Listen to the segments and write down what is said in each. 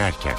dönerken.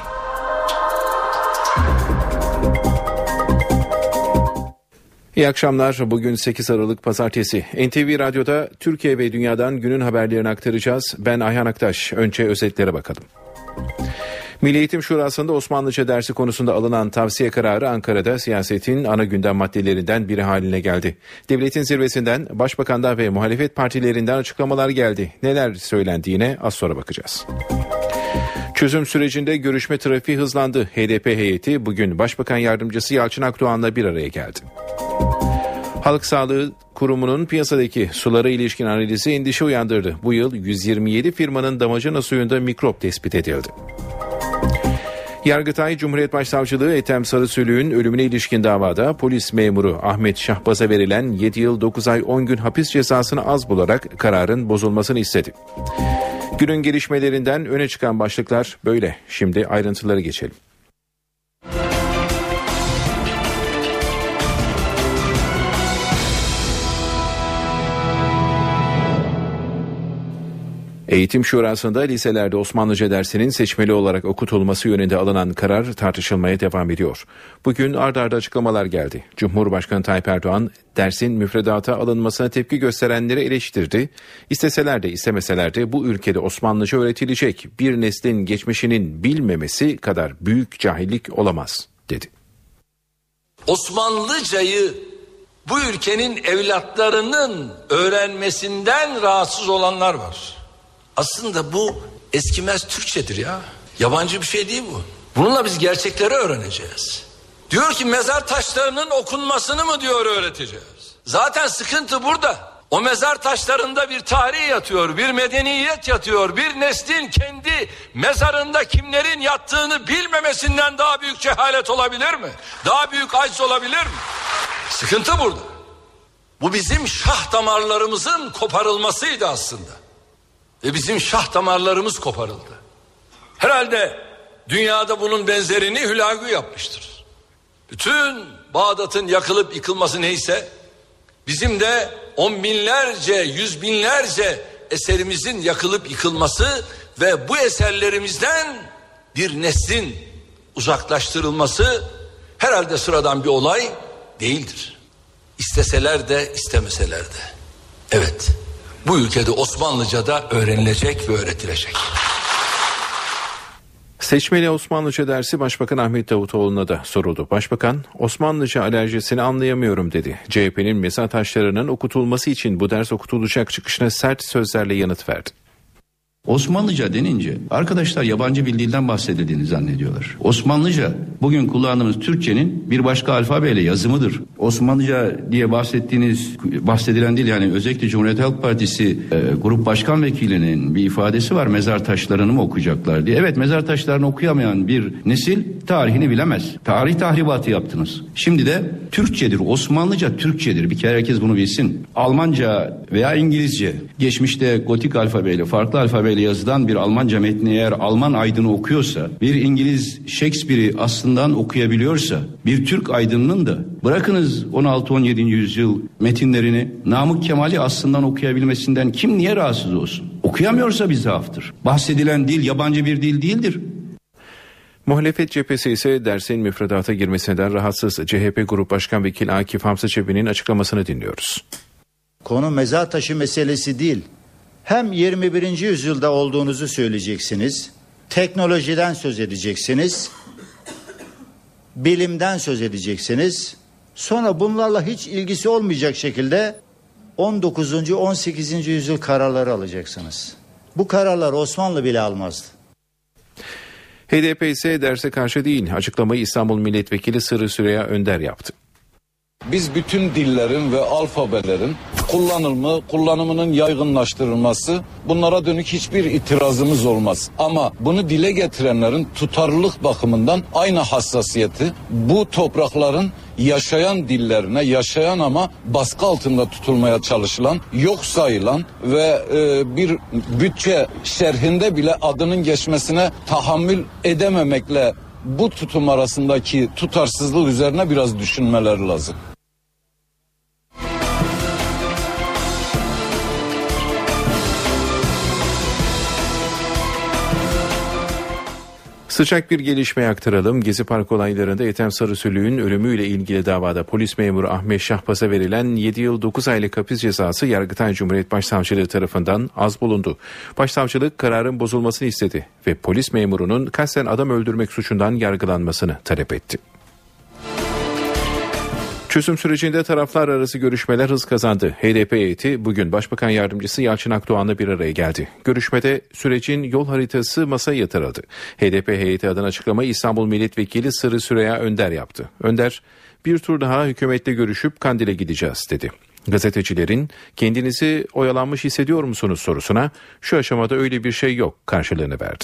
İyi akşamlar. Bugün 8 Aralık Pazartesi. NTV Radyo'da Türkiye ve Dünya'dan günün haberlerini aktaracağız. Ben Ayhan Aktaş. Önce özetlere bakalım. Milli Eğitim Şurası'nda Osmanlıca dersi konusunda alınan tavsiye kararı Ankara'da siyasetin ana gündem maddelerinden biri haline geldi. Devletin zirvesinden, başbakandan ve muhalefet partilerinden açıklamalar geldi. Neler söylendiğine az sonra bakacağız. Çözüm sürecinde görüşme trafiği hızlandı. HDP heyeti bugün Başbakan Yardımcısı Yalçın Akdoğan'la bir araya geldi. Halk Sağlığı Kurumu'nun piyasadaki sulara ilişkin analizi endişe uyandırdı. Bu yıl 127 firmanın damacana suyunda mikrop tespit edildi. Yargıtay Cumhuriyet Başsavcılığı Ethem Sarısülük'ün ölümüne ilişkin davada polis memuru Ahmet Şahbaz'a verilen 7 yıl 9 ay 10 gün hapis cezasını az bularak kararın bozulmasını istedi. Günün gelişmelerinden öne çıkan başlıklar böyle. Şimdi ayrıntılara geçelim. Eğitim Şurası'nda liselerde Osmanlıca dersinin seçmeli olarak okutulması yönünde alınan karar tartışılmaya devam ediyor. Bugün ard arda açıklamalar geldi. Cumhurbaşkanı Tayyip Erdoğan dersin müfredata alınmasına tepki gösterenleri eleştirdi. İsteseler de istemeseler de bu ülkede Osmanlıca öğretilecek, bir neslin geçmişinin bilmemesi kadar büyük cahillik olamaz dedi. Osmanlıcayı bu ülkenin evlatlarının öğrenmesinden rahatsız olanlar var. Aslında bu eskimez Türkçedir ya. Yabancı bir şey değil bu. Bununla biz gerçekleri öğreneceğiz. Diyor ki mezar taşlarının okunmasını mı diyor öğreteceğiz. Zaten sıkıntı burada. O mezar taşlarında bir tarih yatıyor, bir medeniyet yatıyor. Bir neslin kendi mezarında kimlerin yattığını bilmemesinden daha büyük cehalet olabilir mi? Daha büyük aciz olabilir mi? Sıkıntı burada. Bu bizim şah damarlarımızın koparılmasıydı aslında. Ve bizim şah damarlarımız koparıldı. Herhalde dünyada bunun benzerini Hülagü yapmıştır. Bütün Bağdat'ın yakılıp yıkılması neyse, bizim de on binlerce, yüz binlerce eserimizin yakılıp yıkılması ve bu eserlerimizden bir neslin uzaklaştırılması herhalde sıradan bir olay değildir. İsteseler de istemeseler de. Evet. Bu ülkede Osmanlıca da öğrenilecek ve öğretilecek. Seçmeli Osmanlıca dersi Başbakan Ahmet Davutoğlu'na da soruldu. Başbakan, Osmanlıca alerjisini anlayamıyorum dedi. CHP'nin mezar taşlarının okutulması için bu ders okutulacak çıkışına sert sözlerle yanıt verdi. Osmanlıca denince arkadaşlar yabancı bir dilden bahsedildiğini zannediyorlar. Osmanlıca bugün kullandığımız Türkçenin bir başka alfabeyle yazımıdır. Osmanlıca diye bahsedilen dil, yani özellikle Cumhuriyet Halk Partisi Grup Başkan Vekilinin bir ifadesi var, mezar taşlarını mı okuyacaklar diye. Evet, mezar taşlarını okuyamayan bir nesil tarihini bilemez. Tarih tahribatı yaptınız. Şimdi de Türkçedir, Osmanlıca Türkçedir. Bir kere herkes bunu bilsin. Almanca veya İngilizce, geçmişte gotik alfabeyle, farklı alfabeyle yazılan bir Almanca metni eğer Alman aydını okuyorsa, bir İngiliz Shakespeare'i aslından okuyabiliyorsa, bir Türk aydınının da bırakınız 16-17. yüzyıl metinlerini, Namık Kemal'i aslından okuyabilmesinden kim niye rahatsız olsun? Okuyamıyorsa bir zaaftır. Bahsedilen dil yabancı bir dil değildir. Muhalefet cephesi ise dersin müfredata girmesinden rahatsız. CHP Grup Başkan Vekili Akif Hamza Çebi'nin açıklamasını dinliyoruz. Konu mezar taşı meselesi değil. Hem 21. yüzyılda olduğunuzu söyleyeceksiniz, teknolojiden söz edeceksiniz, bilimden söz edeceksiniz. Sonra bunlarla hiç ilgisi olmayacak şekilde 19. 18. yüzyıl kararları alacaksınız. Bu kararlar Osmanlı bile almazdı. HDP ise derse karşı değil. Açıklamayı İstanbul Milletvekili Sırrı Süreyya Önder yaptı. Biz bütün dillerin ve alfabelerin kullanımının yaygınlaştırılması, bunlara dönük hiçbir itirazımız olmaz. Ama bunu dile getirenlerin tutarlılık bakımından aynı hassasiyeti bu toprakların yaşayan dillerine, yaşayan ama baskı altında tutulmaya çalışılan, yok sayılan ve bir bütçe şerhinde bile adının geçmesine tahammül edememekle bu tutum arasındaki tutarsızlık üzerine biraz düşünmeleri lazım. Sıcak bir gelişmeye aktaralım. Gezi Park olaylarında Ethem Sarısülüğün ölümüyle ilgili davada polis memuru Ahmet Şahbaz'a verilen 7 yıl 9 aylık hapis cezası Yargıtay Cumhuriyet Başsavcılığı tarafından az bulundu. Başsavcılık kararın bozulmasını istedi ve polis memurunun kasten adam öldürmek suçundan yargılanmasını talep etti. Çözüm sürecinde taraflar arası görüşmeler hız kazandı. HDP heyeti bugün Başbakan Yardımcısı Yalçın Akdoğan'la bir araya geldi. Görüşmede sürecin yol haritası masaya yatırıldı. HDP heyeti adına açıklamayı İstanbul Milletvekili Sırrı Süreyya Önder yaptı. Önder, bir tur daha hükümetle görüşüp Kandil'e gideceğiz dedi. Gazetecilerin kendinizi oyalanmış hissediyor musunuz sorusuna şu aşamada öyle bir şey yok karşılığını verdi.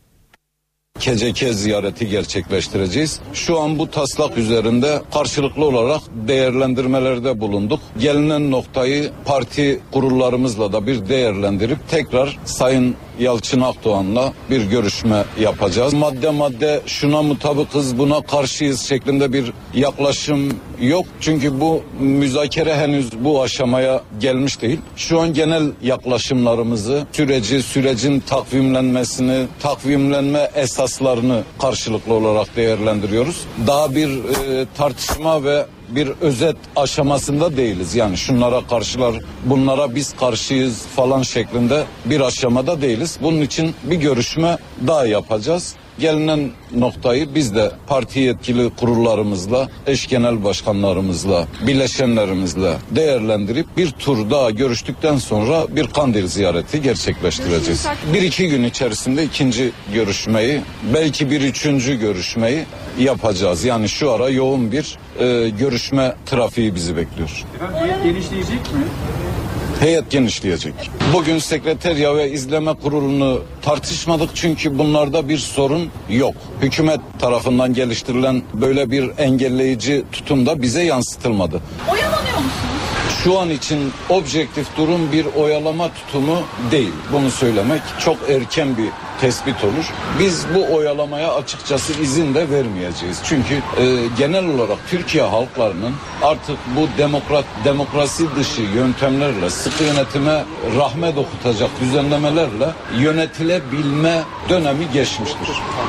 KCK ziyareti gerçekleştireceğiz. Şu an bu taslak üzerinde karşılıklı olarak değerlendirmelerde bulunduk. Gelinen noktayı parti kurullarımızla da bir değerlendirip tekrar Sayın Yalçın Akdoğan'la bir görüşme yapacağız. Madde madde şuna mutabıkız, buna karşıyız şeklinde bir yaklaşım yok. Çünkü bu müzakere henüz bu aşamaya gelmiş değil. Şu an genel yaklaşımlarımızı, sürecin takvimlenmesini, takvimlenme esaslarını karşılıklı olarak değerlendiriyoruz. Daha bir tartışma ve bir özet aşamasında değiliz. Yani şunlara karşılar, bunlara biz karşıyız falan şeklinde bir aşamada değiliz. Bunun için bir görüşme daha yapacağız. Gelinen noktayı biz de parti yetkili kurullarımızla, eş genel başkanlarımızla, bileşenlerimizle değerlendirip bir tur daha görüştükten sonra bir Kandil ziyareti gerçekleştireceğiz. 1-2 gün içerisinde ikinci görüşmeyi, belki bir üçüncü görüşmeyi yapacağız. Yani şu ara yoğun bir görüşme trafiği bizi bekliyor. Heyet genişleyecek mi? Heyet genişleyecek. Bugün sekreterya ve izleme kurulunu tartışmadık çünkü bunlarda bir sorun yok. Hükümet tarafından geliştirilen böyle bir engelleyici tutum da bize yansıtılmadı. Oyalanıyor musunuz? Şu an için objektif durum bir oyalama tutumu değil. Bunu söylemek çok erken bir tespit olur. Biz bu oyalamaya açıkçası izin de vermeyeceğiz. Çünkü genel olarak Türkiye halklarının artık bu demokrasi dışı yöntemlerle, sıkı yönetime rahmet okutacak düzenlemelerle yönetilebilme dönemi geçmiştir.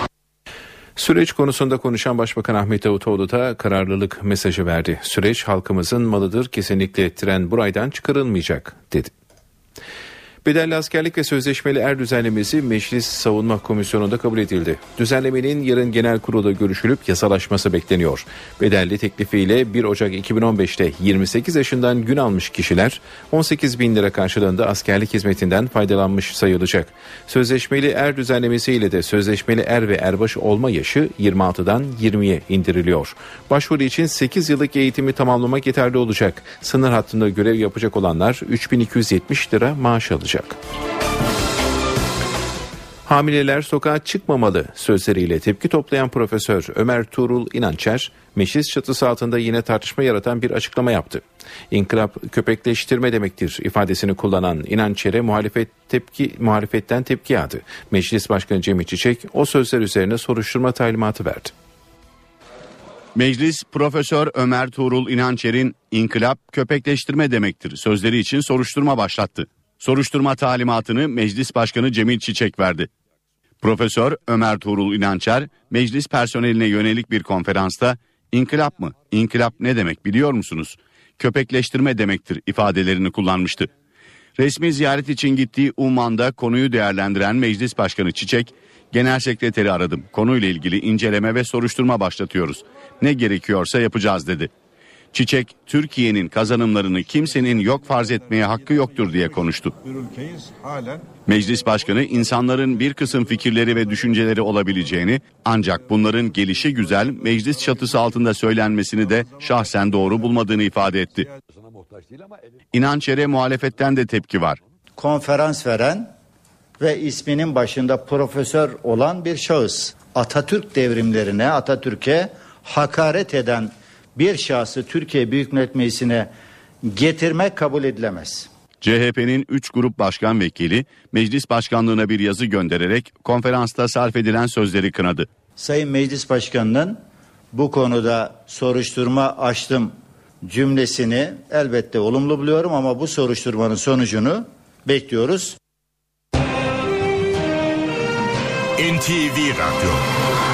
Süreç konusunda konuşan Başbakan Ahmet Davutoğlu da kararlılık mesajı verdi. Süreç halkımızın malıdır, kesinlikle tren buraydan çıkarılmayacak dedi. Bedelli askerlik ve sözleşmeli er düzenlemesi Meclis Savunma Komisyonu'nda kabul edildi. Düzenlemenin yarın genel kurulda görüşülüp yasalaşması bekleniyor. Bedelli teklifiyle 1 Ocak 2015'te 28 yaşından gün almış kişiler 18 bin lira karşılığında askerlik hizmetinden faydalanmış sayılacak. Sözleşmeli er düzenlemesiyle de sözleşmeli er ve erbaşı olma yaşı 26'dan 20'ye indiriliyor. Başvuru için 8 yıllık eğitimi tamamlamak yeterli olacak. Sınır hattında görev yapacak olanlar 3270 lira maaş alacak. Hamileler sokağa çıkmamalı sözleriyle tepki toplayan Profesör Ömer Tuğrul İnançer, meclis çatısı altında yine tartışma yaratan bir açıklama yaptı. İnkılap köpekleştirme demektir ifadesini kullanan İnançer'e muhalefetten tepki yağdı. Meclis Başkanı Cemil Çiçek o sözler üzerine soruşturma talimatı verdi. Meclis Profesör Ömer Tuğrul İnançer'in inkılap köpekleştirme demektir sözleri için soruşturma başlattı. Soruşturma talimatını Meclis Başkanı Cemil Çiçek verdi. Profesör Ömer Tuğrul İnançer, meclis personeline yönelik bir konferansta inkılap mı, inkılap ne demek biliyor musunuz? Köpekleştirme demektir ifadelerini kullanmıştı. Resmi ziyaret için gittiği Umman'da konuyu değerlendiren Meclis Başkanı Çiçek, Genel Sekreteri aradım. Konuyla ilgili inceleme ve soruşturma başlatıyoruz. Ne gerekiyorsa yapacağız dedi. Çiçek, Türkiye'nin kazanımlarını kimsenin yok farz etmeye hakkı yoktur diye konuştu. Meclis Başkanı insanların bir kısım fikirleri ve düşünceleri olabileceğini ancak bunların gelişigüzel meclis çatısı altında söylenmesini de şahsen doğru bulmadığını ifade etti. İnançer'e muhalefetten de tepki var. Konferans veren ve isminin başında profesör olan bir şahıs. Atatürk devrimlerine, Atatürk'e hakaret eden bir şahsı Türkiye Büyük Millet Meclisi'ne getirmek kabul edilemez. CHP'nin 3 grup başkan vekili meclis başkanlığına bir yazı göndererek konferansta sarf edilen sözleri kınadı. Sayın Meclis Başkanı'nın bu konuda soruşturma açtım cümlesini elbette olumlu buluyorum ama bu soruşturmanın sonucunu bekliyoruz. NTV Radyo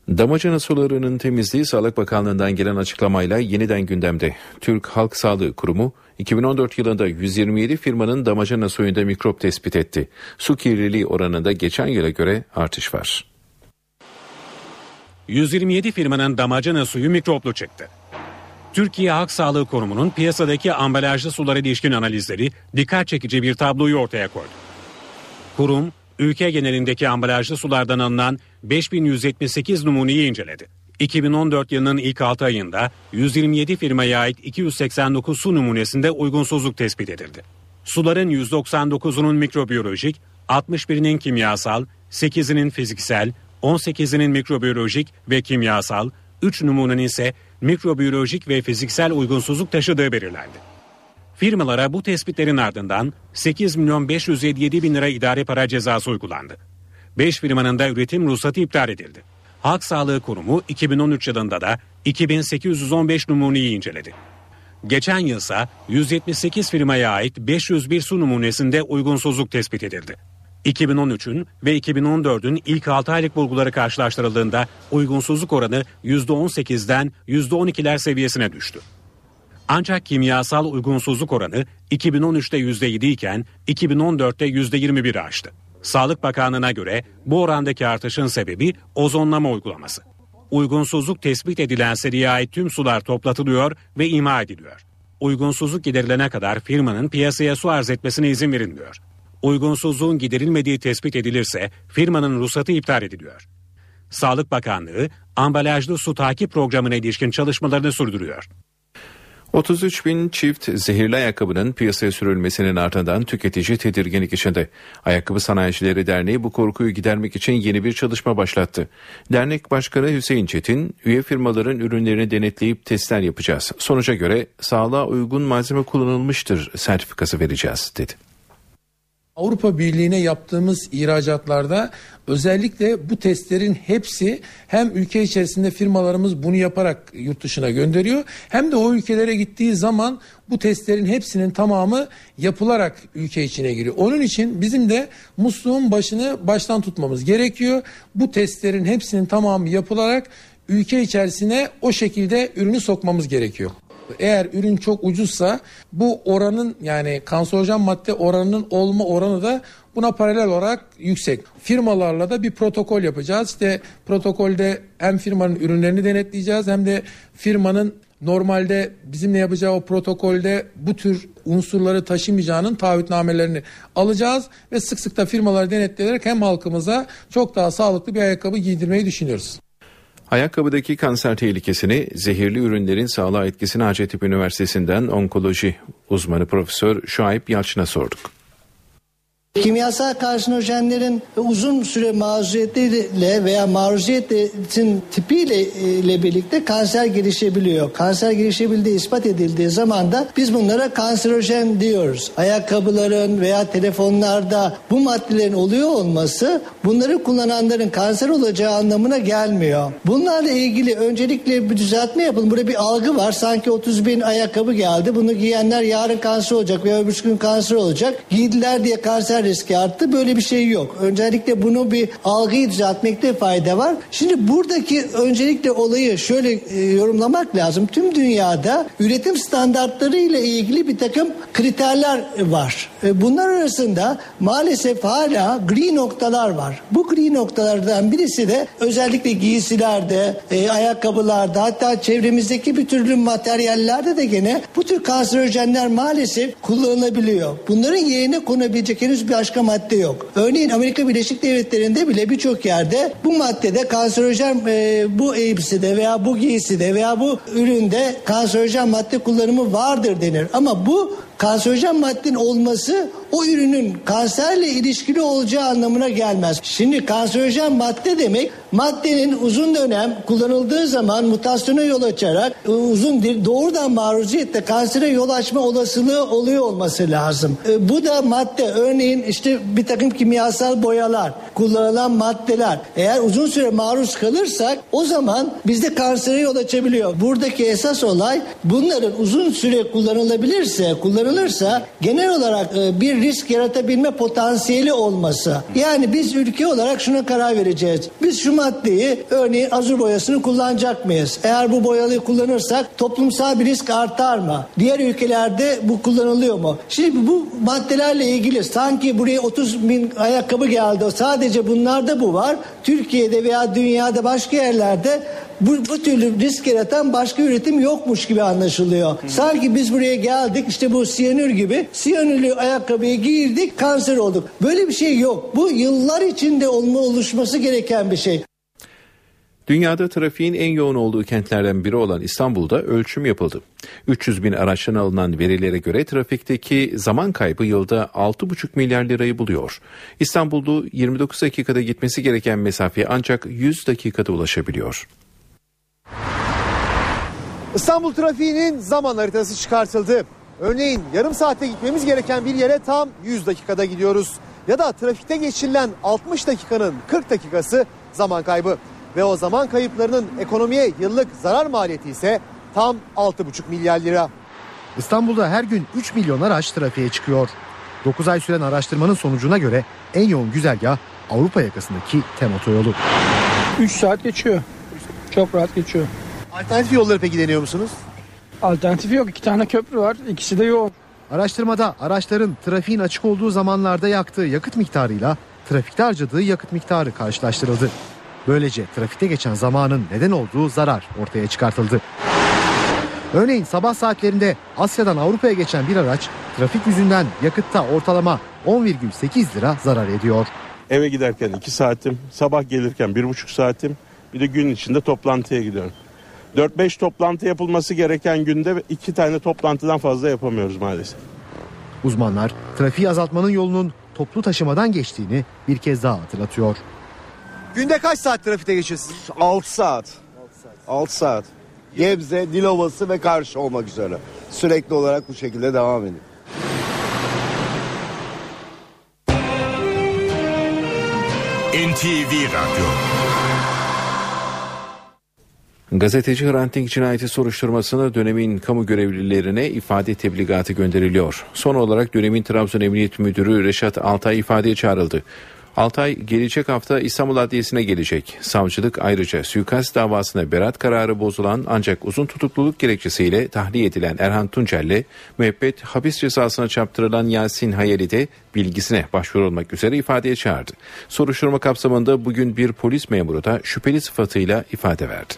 Damacana sularının temizliği Sağlık Bakanlığı'ndan gelen açıklamayla yeniden gündemde. Türk Halk Sağlığı Kurumu 2014 yılında 127 firmanın damacana suyunda mikrop tespit etti. Su kirliliği oranında geçen yıla göre artış var. 127 firmanın damacana suyu mikroplu çıktı. Türkiye Halk Sağlığı Kurumu'nun piyasadaki ambalajlı sulara ilişkin analizleri dikkat çekici bir tabloyu ortaya koydu. Kurum, ülke genelindeki ambalajlı sulardan alınan 5178 numuneyi inceledi. 2014 yılının ilk 6 ayında 127 firmaya ait 289 su numunesinde uygunsuzluk tespit edildi. Suların 199'unun mikrobiyolojik, 61'inin kimyasal, 8'inin fiziksel, 18'inin mikrobiyolojik ve kimyasal, 3 numunenin ise mikrobiyolojik ve fiziksel uygunsuzluk taşıdığı belirlendi. Firmalara bu tespitlerin ardından 8.557.000 lira idari para cezası uygulandı. 5 firmanın da üretim ruhsatı iptal edildi. Halk Sağlığı Kurumu 2013 yılında da 2815 numuneyi inceledi. Geçen yılsa 178 firmaya ait 501 su numunesinde uygunsuzluk tespit edildi. 2013'ün ve 2014'ün ilk 6 aylık bulguları karşılaştırıldığında uygunsuzluk oranı %18'den %12'ler seviyesine düştü. Ancak kimyasal uygunsuzluk oranı 2013'te %7 iken 2014'te %21'i aştı. Sağlık Bakanlığı'na göre bu orandaki artışın sebebi ozonlama uygulaması. Uygunsuzluk tespit edilen seriye ait tüm sular toplatılıyor ve imha ediliyor. Uygunsuzluk giderilene kadar firmanın piyasaya su arz etmesine izin verilmiyor. Uygunsuzluğun giderilmediği tespit edilirse firmanın ruhsatı iptal ediliyor. Sağlık Bakanlığı ambalajlı su takip programına ilişkin çalışmalarını sürdürüyor. 33 bin çift zehirli ayakkabının piyasaya sürülmesinin ardından tüketici tedirginlik içinde. Ayakkabı Sanayicileri Derneği bu korkuyu gidermek için yeni bir çalışma başlattı. Dernek Başkanı Hüseyin Çetin, üye firmaların ürünlerini denetleyip testler yapacağız. Sonuca göre sağlığa uygun malzeme kullanılmıştır sertifikası vereceğiz dedi. Avrupa Birliği'ne yaptığımız ihracatlarda özellikle bu testlerin hepsi hem ülke içerisinde firmalarımız bunu yaparak yurt dışına gönderiyor, hem de o ülkelere gittiği zaman bu testlerin hepsinin tamamı yapılarak ülke içine giriyor. Onun için bizim de musluğun başını baştan tutmamız gerekiyor. Bu testlerin hepsinin tamamı yapılarak ülke içerisine o şekilde ürünü sokmamız gerekiyor. Eğer ürün çok ucuzsa bu oranın, yani kanserojen madde oranının olma oranı da buna paralel olarak yüksek. Firmalarla da bir protokol yapacağız. İşte protokolde hem firmanın ürünlerini denetleyeceğiz hem de firmanın normalde bizimle yapacağı o protokolde bu tür unsurları taşımayacağının taahhütnamelerini alacağız ve sık sık da firmaları denetleyerek hem halkımıza çok daha sağlıklı bir ayakkabı giydirmeyi düşünüyoruz. Ayakkabıdaki kanser tehlikesini, zehirli ürünlerin sağlığa etkisini Hacettepe Üniversitesi'nden onkoloji uzmanı Profesör Şuayb Yalçın'a sorduk. Kimyasal karsinojenlerin uzun süre maruziyetiyle veya maruziyetin tipiyle birlikte kanser gelişebiliyor. Kanser gelişebildiği ispat edildiği zaman da biz bunlara kanserojen diyoruz. Ayakkabıların veya telefonlarda bu maddelerin oluyor olması bunları kullananların kanser olacağı anlamına gelmiyor. Bunlarla ilgili öncelikle bir düzeltme yapalım. Burada bir algı var. Sanki 30 bin ayakkabı geldi. Bunu giyenler yarın kanser olacak veya öbür gün kanser olacak. Giydiler diye kanser riski arttı. Böyle bir şey yok. Öncelikle bunu bir algıyı düzeltmekte fayda var. Şimdi buradaki öncelikle olayı şöyle yorumlamak lazım. Tüm dünyada üretim standartları ile ilgili bir takım kriterler var. Bunlar arasında maalesef hala gri noktalar var. Bu gri noktalardan birisi de özellikle giysilerde, ayakkabılarda, hatta çevremizdeki bir türlü materyallerde de gene bu tür kanserojenler maalesef kullanılabiliyor. Bunların yerine konabilecek henüz bir başka madde yok. Örneğin Amerika Birleşik Devletleri'nde bile birçok yerde bu maddede kanserojen bu elbisede veya bu giyside veya bu üründe kanserojen madde kullanımı vardır denir. Ama bu kanserojen maddenin olması o ürünün kanserle ilişkili olacağı anlamına gelmez. Şimdi kanserojen madde demek maddenin uzun dönem kullanıldığı zaman mutasyona yol açarak doğrudan maruziyette kansere yol açma olasılığı oluyor olması lazım. Bu da madde örneğin işte bir takım kimyasal boyalar, kullanılan maddeler eğer uzun süre maruz kalırsak o zaman bizde kansere yol açabiliyor. Buradaki esas olay bunların uzun süre kullanılabilirse kullanılırsa genel olarak bir risk yaratabilme potansiyeli olması. Yani biz ülke olarak şuna karar vereceğiz. Biz şu maddeyi, örneğin azur boyasını kullanacak mıyız? Eğer bu boyayı kullanırsak toplumsal bir risk artar mı? Diğer ülkelerde bu kullanılıyor mu? Şimdi bu maddelerle ilgili sanki buraya 30 bin ayakkabı geldi. Sadece bunlarda bu var. Türkiye'de veya dünyada başka yerlerde bu türlü risk yaratan başka üretim yokmuş gibi anlaşılıyor. Sanki biz buraya geldik, işte bu siyanür gibi, siyanürlü ayakkabıyı giydik, kanser olduk. Böyle bir şey yok. Bu yıllar içinde oluşması gereken bir şey. Dünyada trafiğin en yoğun olduğu kentlerden biri olan İstanbul'da ölçüm yapıldı. 300 bin araçtan alınan verilere göre trafikteki zaman kaybı yılda 6,5 milyar lirayı buluyor. İstanbul'da 29 dakikada gitmesi gereken mesafeye ancak 100 dakikada ulaşabiliyor. İstanbul trafiğinin zaman haritası çıkartıldı. Örneğin yarım saatte gitmemiz gereken bir yere tam 100 dakikada gidiyoruz. Ya da trafikte geçirilen 60 dakikanın 40 dakikası zaman kaybı. Ve o zaman kayıplarının ekonomiye yıllık zarar maliyeti ise tam 6,5 milyar lira. İstanbul'da her gün 3 milyon araç trafiğe çıkıyor. 9 ay süren araştırmanın sonucuna göre en yoğun güzergah Avrupa yakasındaki TEM otoyolu. 3 saat geçiyor. Çok rahat geçiyor. Alternatif yolları peki deniyor musunuz? Alternatifi yok. 2 tane köprü var. İkisi de yoğun. Araştırmada araçların trafiğin açık olduğu zamanlarda yaktığı yakıt miktarıyla trafikte harcadığı yakıt miktarı karşılaştırıldı. Böylece trafikte geçen zamanın neden olduğu zarar ortaya çıkartıldı. Örneğin sabah saatlerinde Asya'dan Avrupa'ya geçen bir araç trafik yüzünden yakıtta ortalama 10,8 lira zarar ediyor. Eve giderken 2 saatim, sabah gelirken 1,5 saatim, bir de gün içinde toplantıya gidiyorum. 4-5 toplantı yapılması gereken günde 2 tane toplantıdan fazla yapamıyoruz maalesef. Uzmanlar trafiği azaltmanın yolunun toplu taşımadan geçtiğini bir kez daha hatırlatıyor. Günde kaç saat trafikte geçiyorsunuz? 6 saat. 6 saat. Gebze, Dilovası ve Karşı olmak üzere. Sürekli olarak bu şekilde devam ediyor. NTV Radyo. Gazeteci Hrant Dink cinayeti soruşturmasına dönemin kamu görevlilerine ifade tebligatı gönderiliyor. Son olarak dönemin Trabzon Emniyet Müdürü Reşat Altay ifadeye çağrıldı. Altay gelecek hafta İstanbul Adliyesi'ne gelecek. Savcılık ayrıca suikast davasına beraat kararı bozulan ancak uzun tutukluluk gerekçesiyle tahliye edilen Erhan Tunçer'le müebbet hapis cezasına çarptırılan Yasin Hayal'i de bilgisine başvurulmak üzere ifadeye çağırdı. Soruşturma kapsamında bugün bir polis memuru da şüpheli sıfatıyla ifade verdi.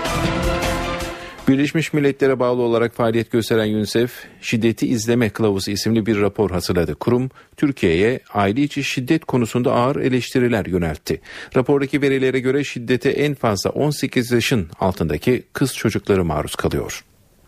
Birleşmiş Milletler'e bağlı olarak faaliyet gösteren UNICEF, Şiddeti İzleme Kılavuzu isimli bir rapor hazırladı. Kurum, Türkiye'ye aile içi şiddet konusunda ağır eleştiriler yöneltti. Rapordaki verilere göre şiddete en fazla 18 yaşın altındaki kız çocukları maruz kalıyor.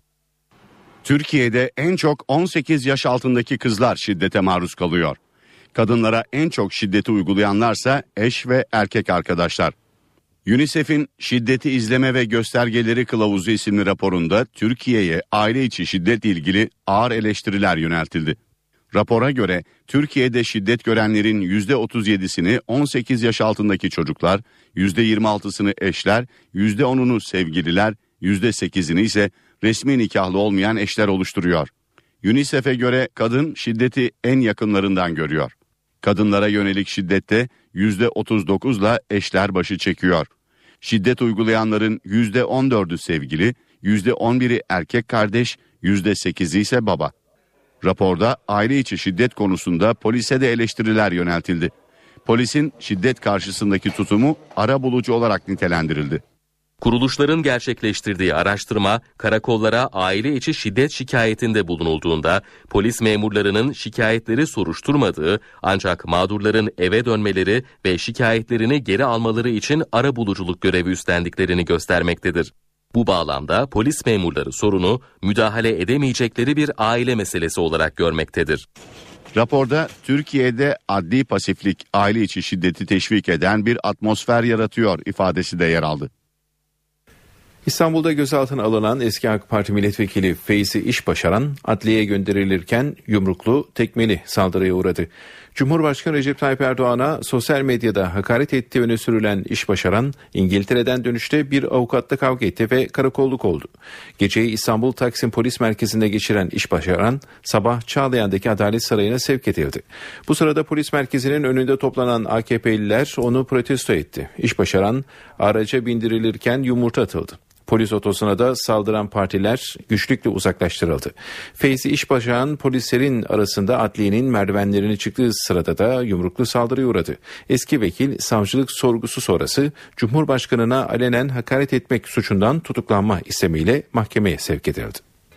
Türkiye'de en çok 18 yaş altındaki kızlar şiddete maruz kalıyor. Kadınlara en çok şiddeti uygulayanlarsa eş ve erkek arkadaşlar. UNICEF'in Şiddeti İzleme ve Göstergeleri Kılavuzu isimli raporunda Türkiye'ye aile içi şiddetle ilgili ağır eleştiriler yöneltildi. Rapora göre Türkiye'de şiddet görenlerin %37'sini 18 yaş altındaki çocuklar, %26'sını eşler, %10'unu sevgililer, %8'ini ise resmi nikahlı olmayan eşler oluşturuyor. UNICEF'e göre kadın şiddeti en yakınlarından görüyor. Kadınlara yönelik şiddette %39'la eşler başı çekiyor. Şiddet uygulayanların %14'ü sevgili, %11'i erkek kardeş, %8'i ise baba. Raporda aile içi şiddet konusunda polise de eleştiriler yöneltildi. Polisin şiddet karşısındaki tutumu arabulucu olarak nitelendirildi. Kuruluşların gerçekleştirdiği araştırma, karakollara aile içi şiddet şikayetinde bulunulduğunda polis memurlarının şikayetleri soruşturmadığı ancak mağdurların eve dönmeleri ve şikayetlerini geri almaları için arabuluculuk görevi üstlendiklerini göstermektedir. Bu bağlamda polis memurları sorunu müdahale edemeyecekleri bir aile meselesi olarak görmektedir. Raporda Türkiye'de adli pasiflik aile içi şiddeti teşvik eden bir atmosfer yaratıyor ifadesi de yer aldı. İstanbul'da gözaltına alınan eski AK Parti milletvekili Feyzi İşbaşaran adliyeye gönderilirken yumruklu tekmeli saldırıya uğradı. Cumhurbaşkanı Recep Tayyip Erdoğan'a sosyal medyada hakaret ettiği öne sürülen iş başaran, İngiltere'den dönüşte bir avukatla kavga etti ve karakolluk oldu. Geceyi İstanbul Taksim Polis Merkezi'nde geçiren iş başaran, sabah Çağlayan'daki Adalet Sarayı'na sevk edildi. Bu sırada polis merkezinin önünde toplanan AKP'liler onu protesto etti. İş başaran, araca bindirilirken yumurta atıldı. Polis otosuna da saldıran partiler güçlükle uzaklaştırıldı. Feyzi İşbaşağan polislerin arasında adliyenin merdivenlerini çıktığı sırada da yumruklu saldırıya uğradı. Eski vekil savcılık sorgusu sonrası Cumhurbaşkanı'na alenen hakaret etmek suçundan tutuklanma istemiyle mahkemeye sevk edildi.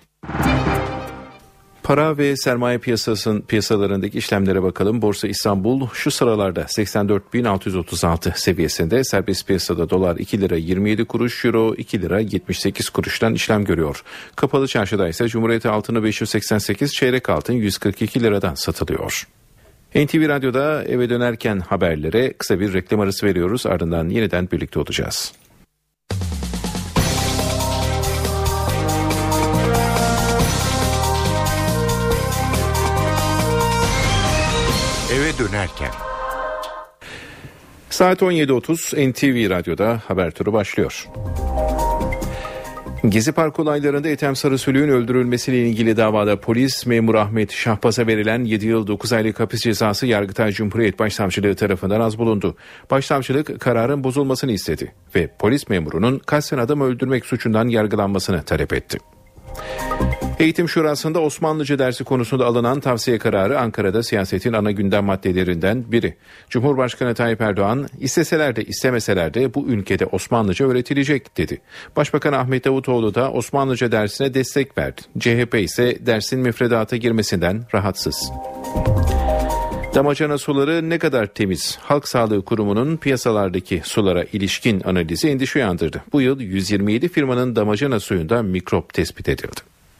Para ve sermaye piyasalarındaki işlemlere bakalım. Borsa İstanbul şu sıralarda 84.636 seviyesinde. Serbest piyasada dolar 2 lira 27 kuruş, euro 2 lira 78 kuruştan işlem görüyor. Kapalı çarşıda ise Cumhuriyet altını 588, çeyrek altın 142 liradan satılıyor. NTV Radyo'da eve dönerken haberlere kısa bir reklam arası veriyoruz. Ardından yeniden birlikte olacağız. Eve dönerken. Saat 17.30 NTV Radyo'da haber turu başlıyor. Gezi Park olaylarında Ethem Sarısülük'ün öldürülmesiyle ilgili davada polis memur Ahmet Şahbaz'a verilen 7 yıl 9 aylık hapis cezası Yargıtay Cumhuriyet Başsavcılığı tarafından az bulundu. Başsavcılık kararın bozulmasını istedi ve polis memurunun kasten adam öldürmek suçundan yargılanmasını talep etti. Eğitim Şurası'nda Osmanlıca dersi konusunda alınan tavsiye kararı Ankara'da siyasetin ana gündem maddelerinden biri. Cumhurbaşkanı Tayyip Erdoğan, isteseler de istemeseler de bu ülkede Osmanlıca öğretilecek dedi. Başbakan Ahmet Davutoğlu da Osmanlıca dersine destek verdi. CHP ise dersin müfredata girmesinden rahatsız. Damacana suları ne kadar temiz? Halk Sağlığı Kurumu'nun piyasalardaki sulara ilişkin analizi endişe uyandırdı. Bu yıl 127 firmanın damacana suyunda mikrop tespit edildi.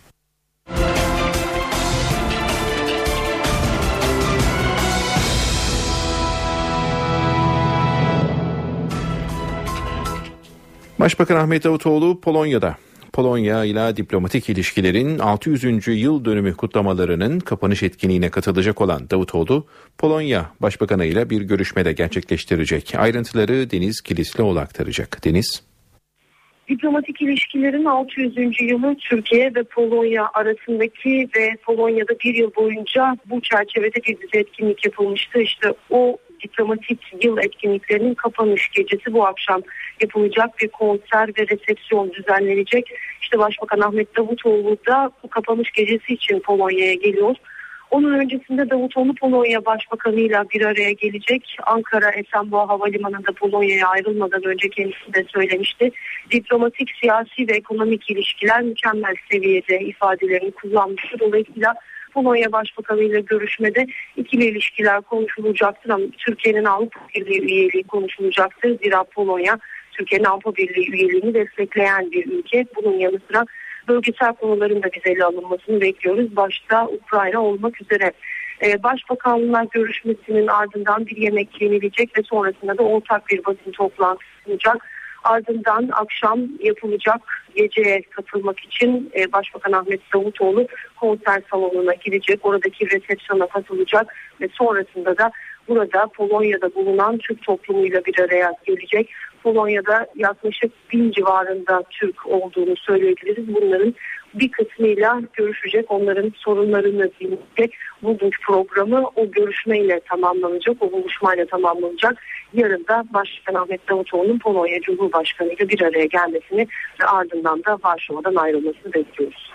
Başbakan Ahmet Davutoğlu Polonya'da. Polonya ile diplomatik ilişkilerin 600. yıl dönümü kutlamalarının kapanış etkinliğine katılacak olan Davutoğlu, Polonya Başbakanı ile bir görüşmede gerçekleştirecek. Ayrıntıları Deniz Kilislioğlu aktaracak. Deniz. Diplomatik ilişkilerin 600. yılı Türkiye ve Polonya arasındaki ve Polonya'da bir yıl boyunca bu çerçevede bir dizi etkinlik yapılmıştı. İşte o diplomatik yıl etkinliklerinin kapanış gecesi bu akşam yapılacak, bir konser ve resepsiyon düzenlenecek. İşte Başbakan Ahmet Davutoğlu da bu kapanış gecesi için Polonya'ya geliyor. Onun öncesinde Davutoğlu Polonya Başbakanı'yla bir araya gelecek. Ankara Esenboğa Havalimanı'nda Polonya'ya ayrılmadan önce kendisi de söylemişti. Diplomatik, siyasi ve ekonomik ilişkiler mükemmel seviyede ifadelerini kullanmıştı. Dolayısıyla Polonya Başbakanı ile görüşmede ikili ilişkiler konuşulacaktır ama Türkiye'nin Avrupa Birliği üyeliği konuşulacaktır. Zira Polonya Türkiye'nin Avrupa Birliği üyeliğini destekleyen bir ülke. Bunun yanı sıra bölgesel konuların da biz ele alınmasını bekliyoruz. Başta Ukrayna olmak üzere. Başbakanlar görüşmesinin ardından bir yemek yenilecek ve sonrasında da ortak bir basın toplantısı olacak. Ardından akşam yapılacak geceye katılmak için Başbakan Ahmet Davutoğlu konser salonuna gidecek. Oradaki resepsiyona katılacak ve sonrasında da burada Polonya'da bulunan Türk toplumuyla bir araya gelecek. Polonya'da yaklaşık 1000 civarında Türk olduğunu söyleyebiliriz. Bunların bir kısmıyla görüşecek, onların sorunlarını dinleyecek. Bugünkü programı o görüşmeyle tamamlanacak, o buluşmayla tamamlanacak. Yarın da Başbakan Ahmet Davutoğlu'nun Polonya Cumhurbaşkanı ile bir araya gelmesini ve ardından da Varşova'dan ayrılmasını bekliyoruz.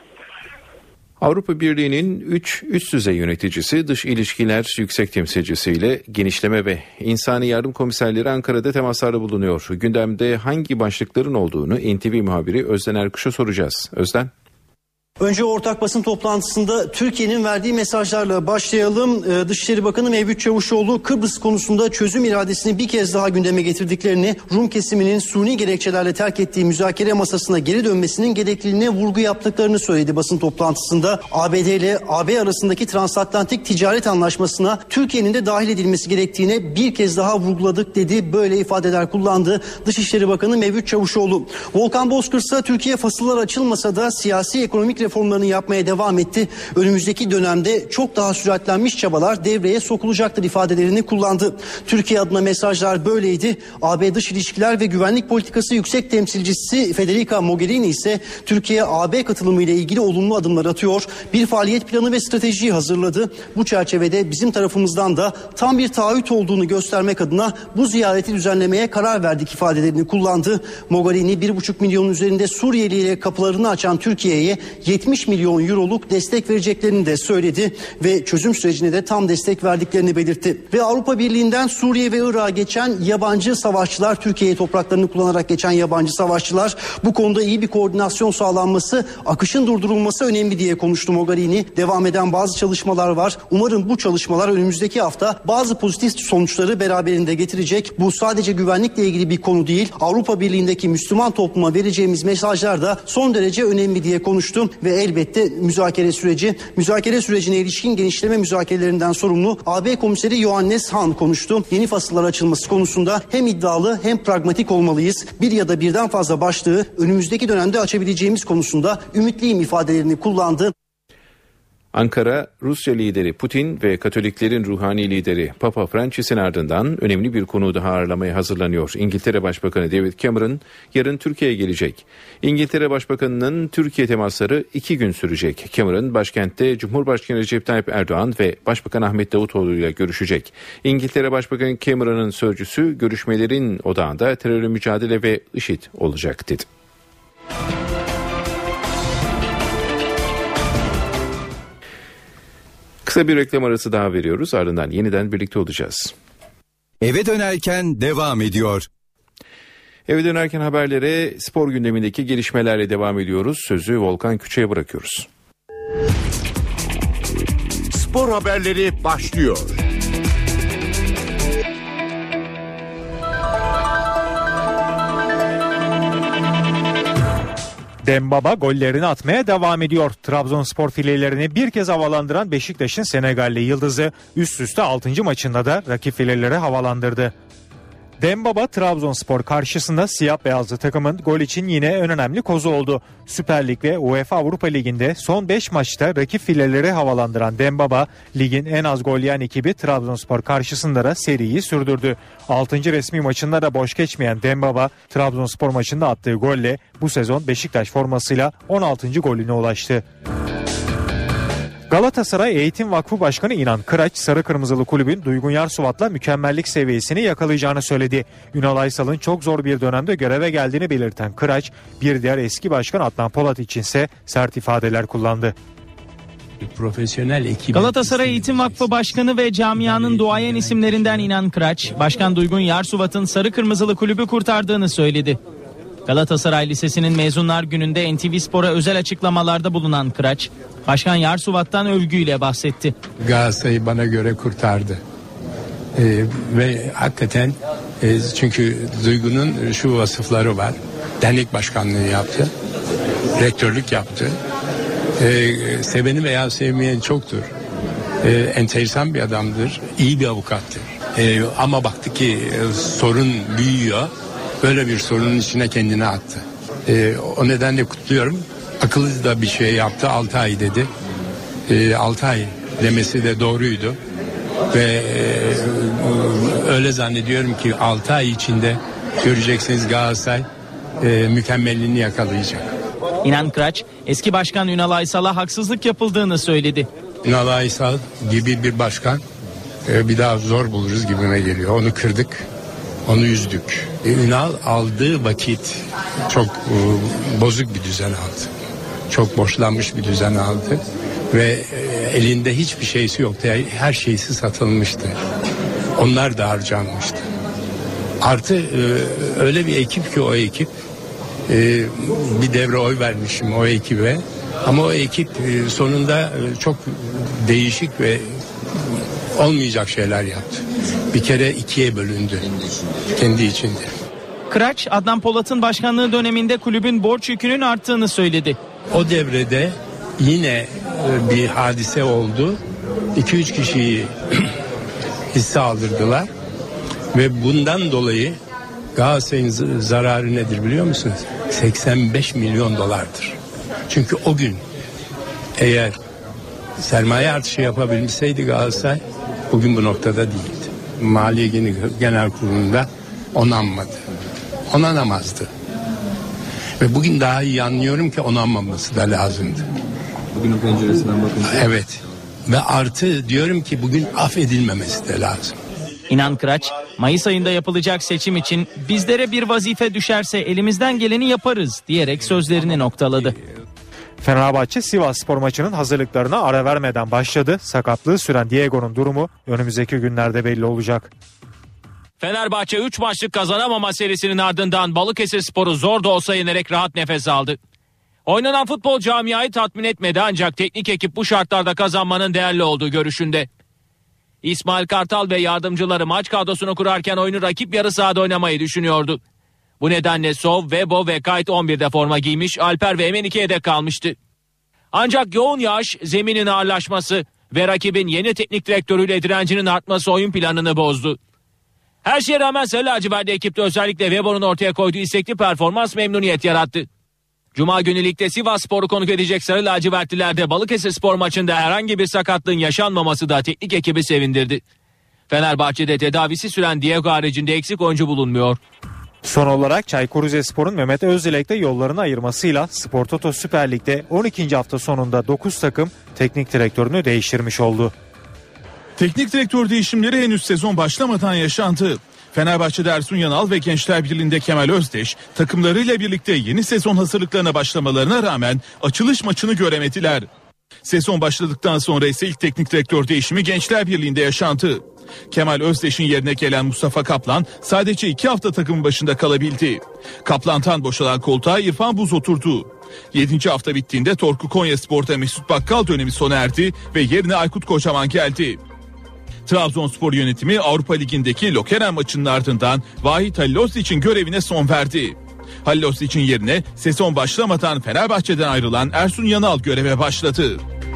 Avrupa Birliği'nin 3 üst düzey yöneticisi, dış ilişkiler yüksek temsilcisi ile genişleme ve insani yardım komiserleri Ankara'da temaslarda bulunuyor. Gündemde hangi başlıkların olduğunu NTV muhabiri Özden Erkuş'a soracağız. Özden. Önce ortak basın toplantısında Türkiye'nin verdiği mesajlarla başlayalım. Dışişleri Bakanı Mevlüt Çavuşoğlu Kıbrıs konusunda çözüm iradesini bir kez daha gündeme getirdiklerini, Rum kesiminin suni gerekçelerle terk ettiği müzakere masasına geri dönmesinin gerekliliğine vurgu yaptıklarını söyledi basın toplantısında. ABD ile AB arasındaki transatlantik ticaret anlaşmasına Türkiye'nin de dahil edilmesi gerektiğine bir kez daha vurguladık dedi. Böyle ifadeler kullandı Dışişleri Bakanı Mevlüt Çavuşoğlu. Volkan Bozkır ise Türkiye fasıllar açılmasa da siyasi ekonomik reformlarını yapmaya devam etti. Önümüzdeki dönemde çok daha süratlenmiş çabalar devreye sokulacaktır ifadelerini kullandı. Türkiye adına mesajlar böyleydi. AB Dış İlişkiler ve Güvenlik Politikası Yüksek Temsilcisi Federica Mogherini ise Türkiye-AB katılımı ile ilgili olumlu adımlar atıyor. Bir faaliyet planı ve stratejiyi hazırladı. Bu çerçevede bizim tarafımızdan da tam bir taahhüt olduğunu göstermek adına bu ziyareti düzenlemeye karar verdik ifadelerini kullandı. Mogherini 1,5 milyonun üzerinde Suriyeli ile kapılarını açan Türkiye'ye 70 milyon euroluk destek vereceklerini de söyledi ve çözüm sürecine de tam destek verdiklerini belirtti. Ve Avrupa Birliği'nden Suriye ve Irak'a geçen yabancı savaşçılar, Türkiye topraklarını kullanarak geçen yabancı savaşçılar, bu konuda iyi bir koordinasyon sağlanması, akışın durdurulması önemli diye konuştu Mogherini. Devam eden bazı çalışmalar var. Umarım bu çalışmalar önümüzdeki hafta bazı pozitif sonuçları beraberinde getirecek. Bu sadece güvenlikle ilgili bir konu değil. Avrupa Birliği'ndeki Müslüman topluma vereceğimiz mesajlar da son derece önemli diye konuştum ve elbette müzakere sürecine ilişkin genişleme müzakerelerinden sorumlu AB Komiseri Johannes Hahn konuştu. Yeni fasıllar açılması konusunda hem iddialı hem pragmatik olmalıyız. Bir ya da birden fazla başlığı önümüzdeki dönemde açabileceğimiz konusunda ümitliyim ifadelerini kullandı. Ankara, Rusya lideri Putin ve Katoliklerin ruhani lideri Papa Francis'in ardından önemli bir konuyu daha ağırlamaya hazırlanıyor. İngiltere Başbakanı David Cameron yarın Türkiye'ye gelecek. İngiltere Başbakanı'nın Türkiye temasları 2 gün sürecek. Cameron başkentte Cumhurbaşkanı Recep Tayyip Erdoğan ve Başbakan Ahmet Davutoğlu ile görüşecek. İngiltere Başbakanı Cameron'ın sözcüsü görüşmelerin odağında terörle mücadele ve IŞİD olacak dedi. Kısa bir reklam arası daha veriyoruz. Ardından yeniden birlikte olacağız. Eve dönerken devam ediyor. Eve dönerken haberlere, spor gündemindeki gelişmelerle devam ediyoruz. Sözü Volkan Küçük'e bırakıyoruz. Spor haberleri başlıyor. Dembaba gollerini atmaya devam ediyor. Trabzonspor filelerini bir kez havalandıran Beşiktaş'ın Senegalli yıldızı üst üste 6. maçında da rakip fileleri havalandırdı. Dembaba Trabzonspor karşısında siyah beyazlı takımın gol için yine en önemli kozu oldu. Süper Lig ve UEFA Avrupa Ligi'nde son 5 maçta rakip fileleri havalandıran Dembaba, ligin en az gol yiyen ekibi Trabzonspor karşısında da seriyi sürdürdü. 6. resmi maçında da boş geçmeyen Dembaba, Trabzonspor maçında attığı golle bu sezon Beşiktaş formasıyla 16. golüne ulaştı. Galatasaray Eğitim Vakfı Başkanı İnan Kıraç, Sarı Kırmızılı kulübün Duygun Yarsuvat'la mükemmellik seviyesini yakalayacağını söyledi. Ünal Aysal'ın çok zor bir dönemde göreve geldiğini belirten Kıraç, bir diğer eski başkan Adnan Polat içinse sert ifadeler kullandı. Galatasaray Eğitim Vakfı Başkanı ve camianın duayen isimlerinden İnan Kıraç, Başkan Duygun Yarsuvat'ın Sarı Kırmızılı kulübü kurtardığını söyledi. Galatasaray Lisesi'nin mezunlar gününde NTV Spor'a özel açıklamalarda bulunan Kıraç, Başkan Yarsuvat'tan övgüyle bahsetti. Galatasaray'ı bana göre kurtardı. Ve hakikaten çünkü Duygu'nun şu vasıfları var. Dernek başkanlığı yaptı, rektörlük yaptı. Seveni veya sevmeyen çoktur. Enteresan bir adamdır, iyi bir avukattır. Ama baktı ki sorun büyüyor. Böyle bir sorunun içine kendini attı. O nedenle kutluyorum. Akıllı da bir şey yaptı. 6 ay dedi. 6 ay demesi de doğruydu. Ve öyle zannediyorum ki 6 ay içinde göreceksiniz Galatasaray mükemmelliğini yakalayacak. İnan Kıraç, eski başkan Ünal Aysal'a haksızlık yapıldığını söyledi. Ünal Aysal gibi bir başkan bir daha zor buluruz gibime geliyor. Onu kırdık. Onu üzdük. Ünal aldığı vakit çok bozuk bir düzen aldı. Çok borçlanmış bir düzen aldı. Ve elinde hiçbir şeysi yoktu. Her şeysi satılmıştı. Onlar da harcanmıştı. Artı öyle bir ekip ki o ekip bir devre oy vermişim o ekibe. Ama o ekip sonunda çok değişik ve olmayacak şeyler yaptı. Bir kere 2'ye bölündü kendi içinde. Kıraç, Adnan Polat'ın başkanlığı döneminde kulübün borç yükünün arttığını söyledi. O devrede yine bir hadise oldu. 2-3 kişiyi hisse aldırdılar. Ve bundan dolayı Galatasaray'ın zararı nedir biliyor musunuz? 85 milyon dolardır. Çünkü o gün Eğer sermaye artışı yapabilseydi Galatasaray bugün bu noktada değildi. Maliye Genel Kurulu'nda onanmadı. Onanamazdı. Ve bugün daha iyi anlıyorum ki onanmaması da lazımdı. Bugünün penceresinden bakınca. Evet. Ve artı diyorum ki bugün affedilmemesi de lazım. İnan Kıraç, Mayıs ayında yapılacak seçim için bizlere bir vazife düşerse elimizden geleni yaparız diyerek sözlerini noktaladı. Fenerbahçe Sivasspor maçının hazırlıklarına ara vermeden başladı. Sakatlığı süren Diego'nun durumu önümüzdeki günlerde belli olacak. Fenerbahçe 3 maçlık kazanamama serisinin ardından Balıkesirspor'u zor da olsa yenerek rahat nefes aldı. Oynanan futbol camiayı tatmin etmedi ancak teknik ekip bu şartlarda kazanmanın değerli olduğu görüşünde. İsmail Kartal ve yardımcıları maç kadrosunu kurarken oyunu rakip yarı sahada oynamayı düşünüyordu. Bu nedenle Sov, Vebo ve Kayt 11'de forma giymiş, Alper ve Emenike yedek kalmıştı. Ancak yoğun yağış, zeminin ağırlaşması ve rakibin yeni teknik direktörüyle direncinin artması oyun planını bozdu. Her şeye rağmen Sarı Lacivertli ekipte özellikle Vebo'nun ortaya koyduğu istekli performans memnuniyet yarattı. Cuma günü ligde Sivasspor'u konuk edecek Sarı Lacivertliler'de Balıkesirspor maçında herhangi bir sakatlığın yaşanmaması da teknik ekibi sevindirdi. Fenerbahçe'de tedavisi süren Diego haricinde eksik oyuncu bulunmuyor. Son olarak Çaykur Rizespor'un Mehmet Özdilek'te yollarını ayırmasıyla Spor Toto Süper Lig'de 12. hafta sonunda 9 takım teknik direktörünü değiştirmiş oldu. Teknik direktör değişimleri henüz sezon başlamadan yaşandı. Fenerbahçe'de Ersun Yanal ve Gençler Birliği'nde Kemal Özdeş takımlarıyla birlikte yeni sezon hazırlıklarına başlamalarına rağmen açılış maçını göremediler. Sezon başladıktan sonra ise ilk teknik direktör değişimi Gençler Birliği'nde yaşandı. Kemal Özdeş'in yerine gelen Mustafa Kaplan sadece 2 hafta takımın başında kalabildi. Kaplan'tan boşalan koltuğa İrfan Buz oturdu. 7. hafta bittiğinde Torku Konyaspor'da Mesut Bakkal dönemi sona erdi ve yerine Aykut Kocaman geldi. Trabzonspor yönetimi Avrupa Ligi'ndeki Lokeren maçının ardından Vahit Halilosic'in görevine son verdi. Halilosic'in yerine sezon başlamadan Fenerbahçe'den ayrılan Ersun Yanal göreve başladı.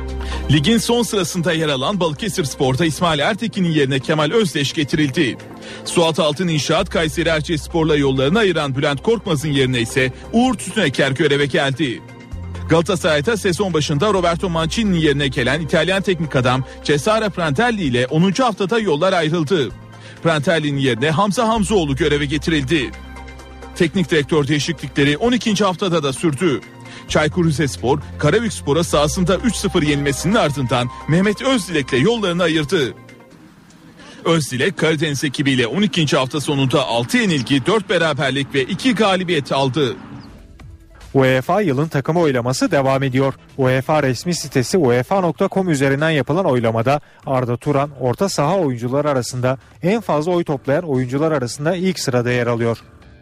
Ligin son sırasında yer alan Balıkesirspor'da İsmail Ertekin'in yerine Kemal Özdeş getirildi. Suat Altın İnşaat Kayseri Erciyesspor'la yollarını ayıran Bülent Korkmaz'ın yerine ise Uğur Tütüneker göreve geldi. Galatasaray'da sezon başında Roberto Mancini'nin yerine gelen İtalyan teknik adam Cesare Prandelli ile 10. haftada yollar ayrıldı. Prandelli'nin yerine Hamza Hamzoğlu göreve getirildi. Teknik direktör değişiklikleri 12. haftada da sürdü. Çaykur Rizespor, Karabükspor'a sahasında 3-0 yenilmesinin ardından Mehmet Özdilek'le yollarını ayırdı. Özdilek, Karadeniz ekibiyle 12. hafta sonunda 6 yenilgi, 4 beraberlik ve 2 galibiyet aldı. UEFA yılın takımı oylaması devam ediyor. UEFA resmi sitesi uefa.com üzerinden yapılan oylamada Arda Turan orta saha oyuncuları arasında en fazla oy toplayan oyuncular arasında ilk sırada yer alıyor.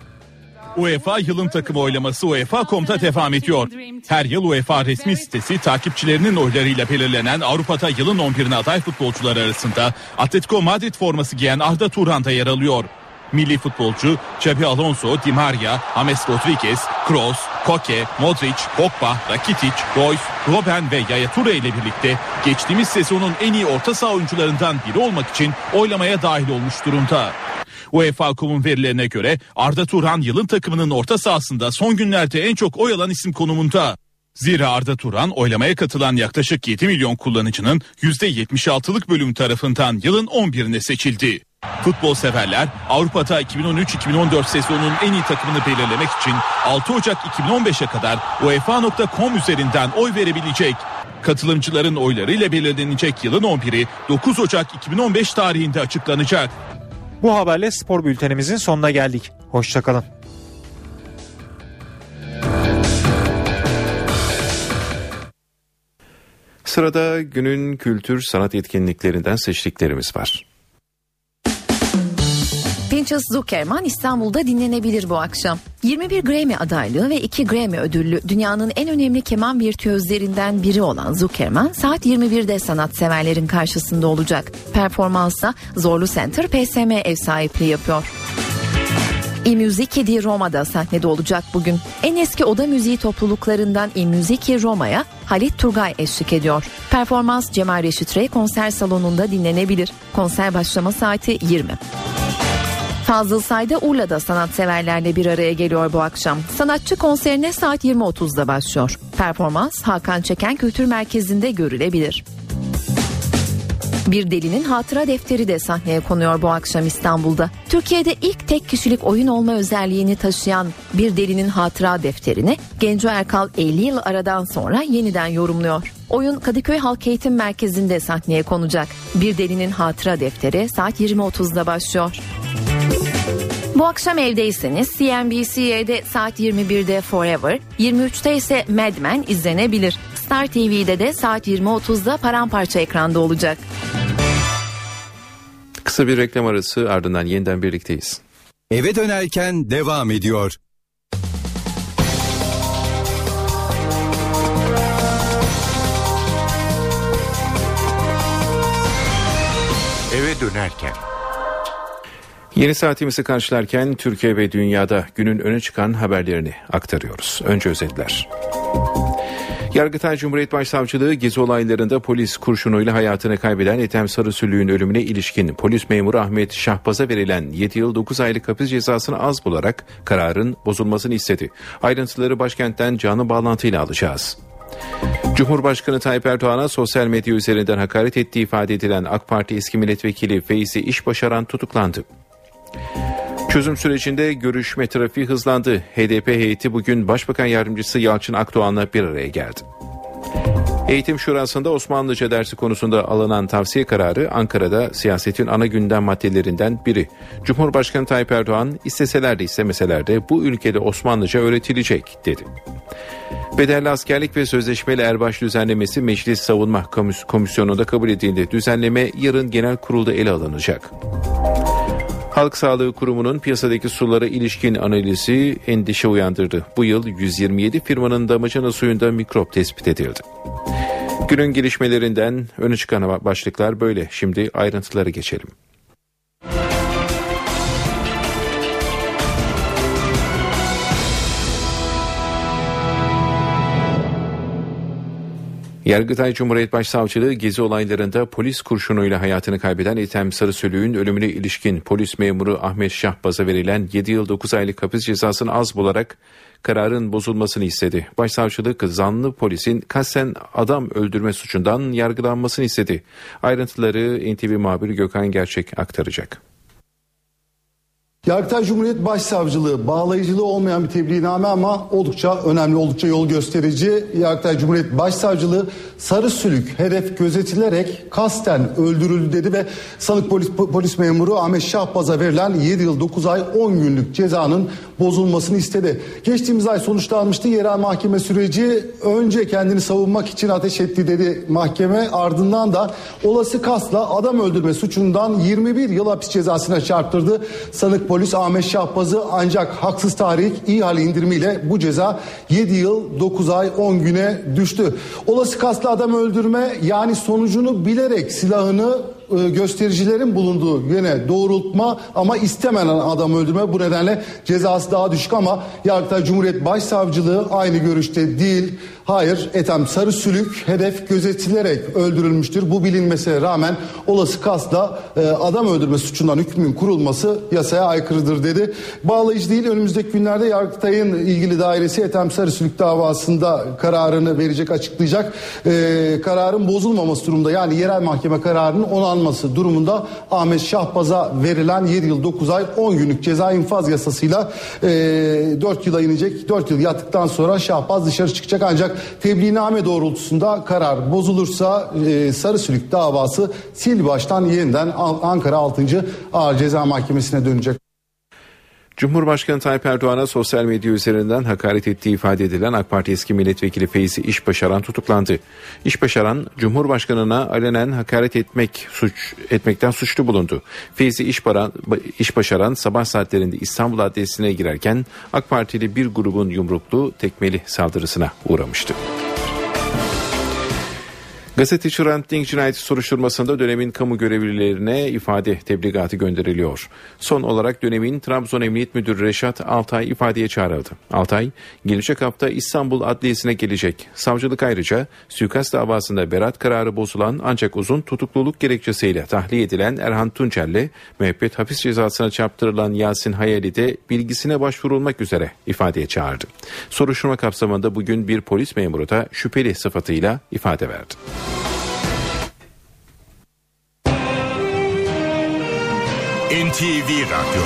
UEFA yılın takımı oylaması UEFA.com'da devam ediyor. Her yıl UEFA resmi sitesi takipçilerinin oylarıyla belirlenen Avrupa'da yılın 11'ine aday futbolcular arasında Atletico Madrid forması giyen Arda Turan da yer alıyor. Milli futbolcu Xabi Alonso, Di Maria, James Rodriguez, Kroos, Koke, Modric, Pogba, Rakitic, Royce, Robben ve Yaya Toure ile birlikte geçtiğimiz sezonun en iyi orta saha oyuncularından biri olmak için oylamaya dahil olmuş durumda. UEFA.com'un verilerine göre Arda Turan yılın takımının orta sahasında son günlerde en çok oy alan isim konumunda. Zira Arda Turan oylamaya katılan yaklaşık 7 milyon kullanıcının %76'lık bölüm tarafından yılın 11'ine seçildi. Futbol severler Avrupa'da 2013-2014 sezonunun en iyi takımını belirlemek için 6 Ocak 2015'e kadar UEFA.com üzerinden oy verebilecek. Katılımcıların oylarıyla belirlenecek yılın 11'i 9 Ocak 2015 tarihinde açıklanacak. Bu haberle spor bültenimizin sonuna geldik. Hoşçakalın. Sırada günün kültür sanat etkinliklerinden seçtiklerimiz var. Pinchas Zukerman İstanbul'da dinlenebilir bu akşam. 21 Grammy adaylığı ve 2 Grammy ödüllü dünyanın en önemli keman virtüözlerinden biri olan Zukerman saat 21'de sanatseverlerin karşısında olacak. Performansa Zorlu Center PSM ev sahipliği yapıyor. İMusiki Roma'da sahnede olacak bugün. En eski oda müziği topluluklarından İMusiki Roma'ya Halit Turgay eşlik ediyor. Performans Cemal Reşit Rey konser salonunda dinlenebilir. Konser başlama saati 20. Fazıl Say'da Urla'da sanatseverlerle bir araya geliyor bu akşam. Sanatçı konserine saat 20.30'da başlıyor. Performans Hakan Çeken Kültür Merkezi'nde görülebilir. Bir Delinin Hatıra Defteri de sahneye konuyor bu akşam İstanbul'da. Türkiye'de ilk tek kişilik oyun olma özelliğini taşıyan Bir Delinin Hatıra Defteri'ni Genco Erkal 50 yıl aradan sonra yeniden yorumluyor. Oyun Kadıköy Halk Eğitim Merkezi'nde sahneye konacak. Bir Delinin Hatıra Defteri saat 20.30'da başlıyor. Bu akşam evdeyseniz CNBC'de saat 21'de Forever, 23'te ise Mad Men izlenebilir. Star TV'de de saat 20.30'da Paramparça ekranda olacak. Kısa bir reklam arası, ardından yeniden birlikteyiz. Eve dönerken devam ediyor. Eve dönerken. Yeni saatimizi karşılarken Türkiye ve dünyada günün öne çıkan haberlerini aktarıyoruz. Önce özetler. Yargıtay Cumhuriyet Başsavcılığı gezi olaylarında polis kurşunuyla hayatını kaybeden Ethem Sarısülük'ün ölümüne ilişkin polis memuru Ahmet Şahbaz'a verilen 7 yıl 9 aylık hapis cezasını az bularak kararın bozulmasını istedi. Ayrıntıları başkentten canlı bağlantıyla alacağız. Cumhurbaşkanı Tayyip Erdoğan'a sosyal medya üzerinden hakaret ettiği ifade edilen AK Parti eski milletvekili Feyzi İşbaşaran tutuklandı. Çözüm sürecinde görüşme trafiği hızlandı. HDP heyeti bugün Başbakan Yardımcısı Yalçın Akdoğan'la bir araya geldi. Eğitim Şurası'nda Osmanlıca dersi konusunda alınan tavsiye kararı Ankara'da siyasetin ana gündem maddelerinden biri. Cumhurbaşkanı Tayyip Erdoğan isteseler de istemeseler de bu ülkede Osmanlıca öğretilecek dedi. Bedelli askerlik ve sözleşmeli erbaş düzenlemesi Meclis Savunma Komisyonu'nda kabul edildi. Düzenleme yarın genel kurulda ele alınacak. Halk Sağlığı Kurumu'nun piyasadaki sulara ilişkin analizi endişe uyandırdı. Bu yıl 127 firmanın damacana suyunda mikrop tespit edildi. Günün gelişmelerinden öne çıkan başlıklar böyle. Şimdi ayrıntılara geçelim. Yargıtay Cumhuriyet Başsavcılığı gezi olaylarında polis kurşunuyla hayatını kaybeden Ethem Sarısülük'ün ölümüne ilişkin polis memuru Ahmet Şahbaz'a verilen 7 yıl 9 aylık hapis cezasını az bularak kararın bozulmasını istedi. Başsavcılık zanlı polisin kasten adam öldürme suçundan yargılanmasını istedi. Ayrıntıları NTV muhabiri Gökhan Gerçek aktaracak. Yargıtay Cumhuriyet Başsavcılığı bağlayıcılığı olmayan bir tebliğname ama oldukça önemli, oldukça yol gösterici. Yargıtay Cumhuriyet Başsavcılığı Sarısülük hedef gözetilerek kasten öldürüldü dedi ve sanık polis memuru Ahmet Şahbaz'a verilen 7 yıl 9 ay 10 günlük cezanın bozulmasını istedi. Geçtiğimiz ay sonuçlanmıştı yerel mahkeme süreci. Önce kendini savunmak için ateş etti dedi mahkeme. Ardından da olası kasla adam öldürme suçundan 21 yıl hapis cezasına çarptırdı. Sanık polis Ahmet Şahbaz'ı, ancak haksız tahrik ihale indirimiyle bu ceza 7 yıl 9 ay 10 güne düştü. Olası kaslı adam öldürme, yani sonucunu bilerek silahını göstericilerin bulunduğu yöne doğrultma ama istemenen adam öldürme, bu nedenle cezası daha düşük ama Yargıtay Cumhuriyet Başsavcılığı aynı görüşte değil. Hayır, Ethem Sarısülük hedef gözetilerek öldürülmüştür. Bu bilinmesine rağmen olası kasla adam öldürme suçundan hükmün kurulması yasaya aykırıdır dedi. Bağlayıcı değil, önümüzdeki günlerde Yargıtay'ın ilgili dairesi Ethem Sarısülük davasında kararını verecek, açıklayacak. Kararın bozulmaması durumunda, yani yerel mahkeme kararının onanması durumunda Ahmet Şahbaz'a verilen 7 yıl 9 ay 10 günlük ceza infaz yasasıyla 4 yıla inecek. 4 yıl yattıktan sonra Şahbaz dışarı çıkacak, ancak tebliğname doğrultusunda karar bozulursa Sarısülük davası sil baştan yeniden Ankara 6. Ağır Ceza Mahkemesi'ne dönecek. Cumhurbaşkanı Tayyip Erdoğan'a sosyal medya üzerinden hakaret ettiği ifade edilen AK Parti eski milletvekili Feyzi İşbaşaran tutuklandı. İşbaşaran, Cumhurbaşkanı'na alenen hakaret etmekten suçlu bulundu. Feyzi İşbaşaran sabah saatlerinde İstanbul Adliyesi'ne girerken AK Partili bir grubun yumruklu tekmeli saldırısına uğramıştı. Gazeteci Hrant Dink cinayeti soruşturmasında dönemin kamu görevlilerine ifade tebligatı gönderiliyor. Son olarak dönemin Trabzon Emniyet Müdürü Reşat Altay ifadeye çağrıldı. Altay, gelecek hafta İstanbul Adliyesi'ne gelecek. Savcılık ayrıca suikast davasında beraat kararı bozulan ancak uzun tutukluluk gerekçesiyle tahliye edilen Erhan Tunçer'le müebbet hapis cezasına çarptırılan Yasin Hayali de bilgisine başvurulmak üzere ifadeye çağırdı. Soruşturma kapsamında bugün bir polis memuru da şüpheli sıfatıyla ifade verdi. NTV Radyo.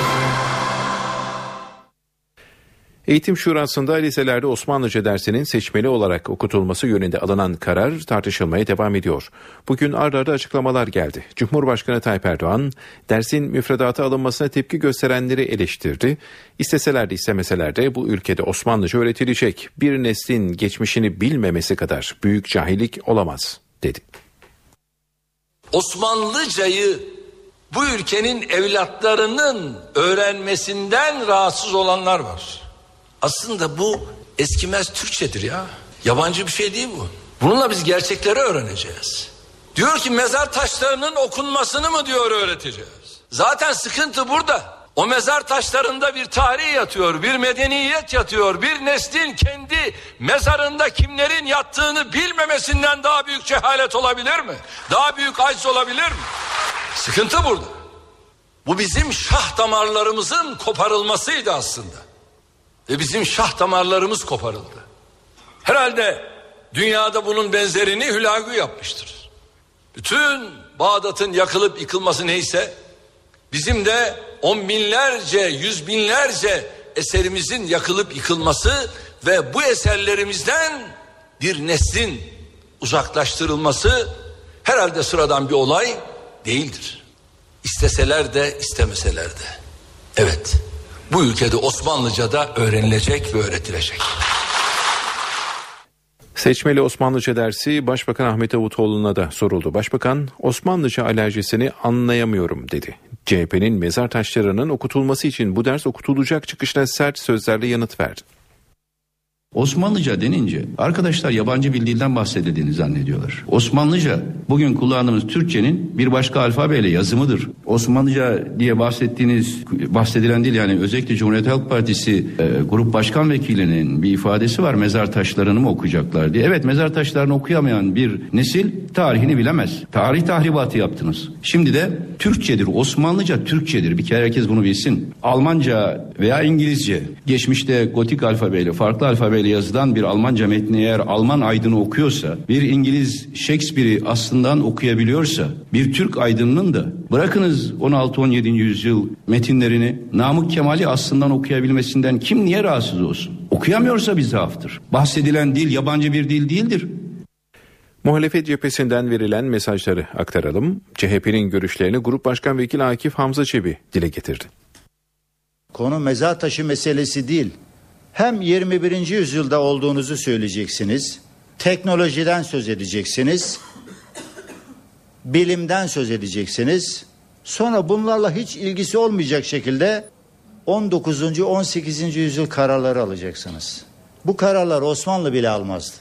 Eğitim Şurası'nda liselerde Osmanlıca dersinin seçmeli olarak okutulması yönünde alınan karar tartışılmaya devam ediyor. Bugün ard arda açıklamalar geldi. Cumhurbaşkanı Tayyip Erdoğan, dersin müfredata alınmasına tepki gösterenleri eleştirdi. İsteseler de istemeseler de bu ülkede Osmanlıca öğretilecek. Bir neslin geçmişini bilmemesi kadar büyük cahillik olamaz, dedi. Osmanlıcayı bu ülkenin evlatlarının öğrenmesinden rahatsız olanlar var. Aslında bu eskimez Türkçedir ya. Yabancı bir şey değil bu. Bununla biz gerçekleri öğreneceğiz. Diyor ki mezar taşlarının okunmasını mı diyor öğreteceğiz. Zaten sıkıntı burada. O mezar taşlarında bir tarih yatıyor, bir medeniyet yatıyor. Bir neslin kendi mezarında kimlerin yattığını bilmemesinden daha büyük cehalet olabilir mi? Daha büyük aciz olabilir mi? Sıkıntı burada. Bu bizim şah damarlarımızın koparılmasıydı aslında. Ve bizim şah damarlarımız koparıldı. Herhalde dünyada bunun benzerini Hülagü yapmıştır. Bütün Bağdat'ın yakılıp yıkılması neyse, bizim de on binlerce, yüz binlerce eserimizin yakılıp yıkılması ve bu eserlerimizden bir neslin uzaklaştırılması herhalde sıradan bir olay değildir. İsteseler de istemeseler de. Evet, bu ülkede Osmanlıca da öğrenilecek ve öğretilecek. Seçmeli Osmanlıca dersi Başbakan Ahmet Davutoğlu'na da soruldu. Başbakan, Osmanlıca alerjisini anlayamıyorum dedi. CHP'nin mezar taşlarının okutulması için bu ders okutulacak çıkışına sert sözlerle yanıt verdi. Osmanlıca denince arkadaşlar yabancı bir dilden bahsedildiğini zannediyorlar. Osmanlıca bugün kullandığımız Türkçenin bir başka alfabeyle yazımıdır. Osmanlıca diye bahsedilen dil, yani özellikle Cumhuriyet Halk Partisi Grup Başkan Vekilinin bir ifadesi var, mezar taşlarını mı okuyacaklar diye. Evet, mezar taşlarını okuyamayan bir nesil tarihini bilemez. Tarih tahribatı yaptınız. Şimdi de Türkçedir, Osmanlıca Türkçedir. Bir kere herkes bunu bilsin. Almanca veya İngilizce, geçmişte gotik alfabeyle, farklı alfabeyle yazılan bir Almanca metni eğer Alman aydını okuyorsa, bir İngiliz Shakespeare'i aslından okuyabiliyorsa, bir Türk aydınının da bırakınız 16-17. yüzyıl metinlerini, Namık Kemal'i aslından okuyabilmesinden kim niye rahatsız olsun? Okuyamıyorsa bir zaaftır. Bahsedilen dil yabancı bir dil değildir. Muhalefet cephesinden verilen mesajları aktaralım. CHP'nin görüşlerini Grup Başkan Vekili Akif Hamza Çebi dile getirdi. Konu mezar taşı meselesi değil. Hem 21. yüzyılda olduğunuzu söyleyeceksiniz, teknolojiden söz edeceksiniz, bilimden söz edeceksiniz. Sonra bunlarla hiç ilgisi olmayacak şekilde 19. 18. yüzyıl kararları alacaksınız. Bu kararlar Osmanlı bile almazdı.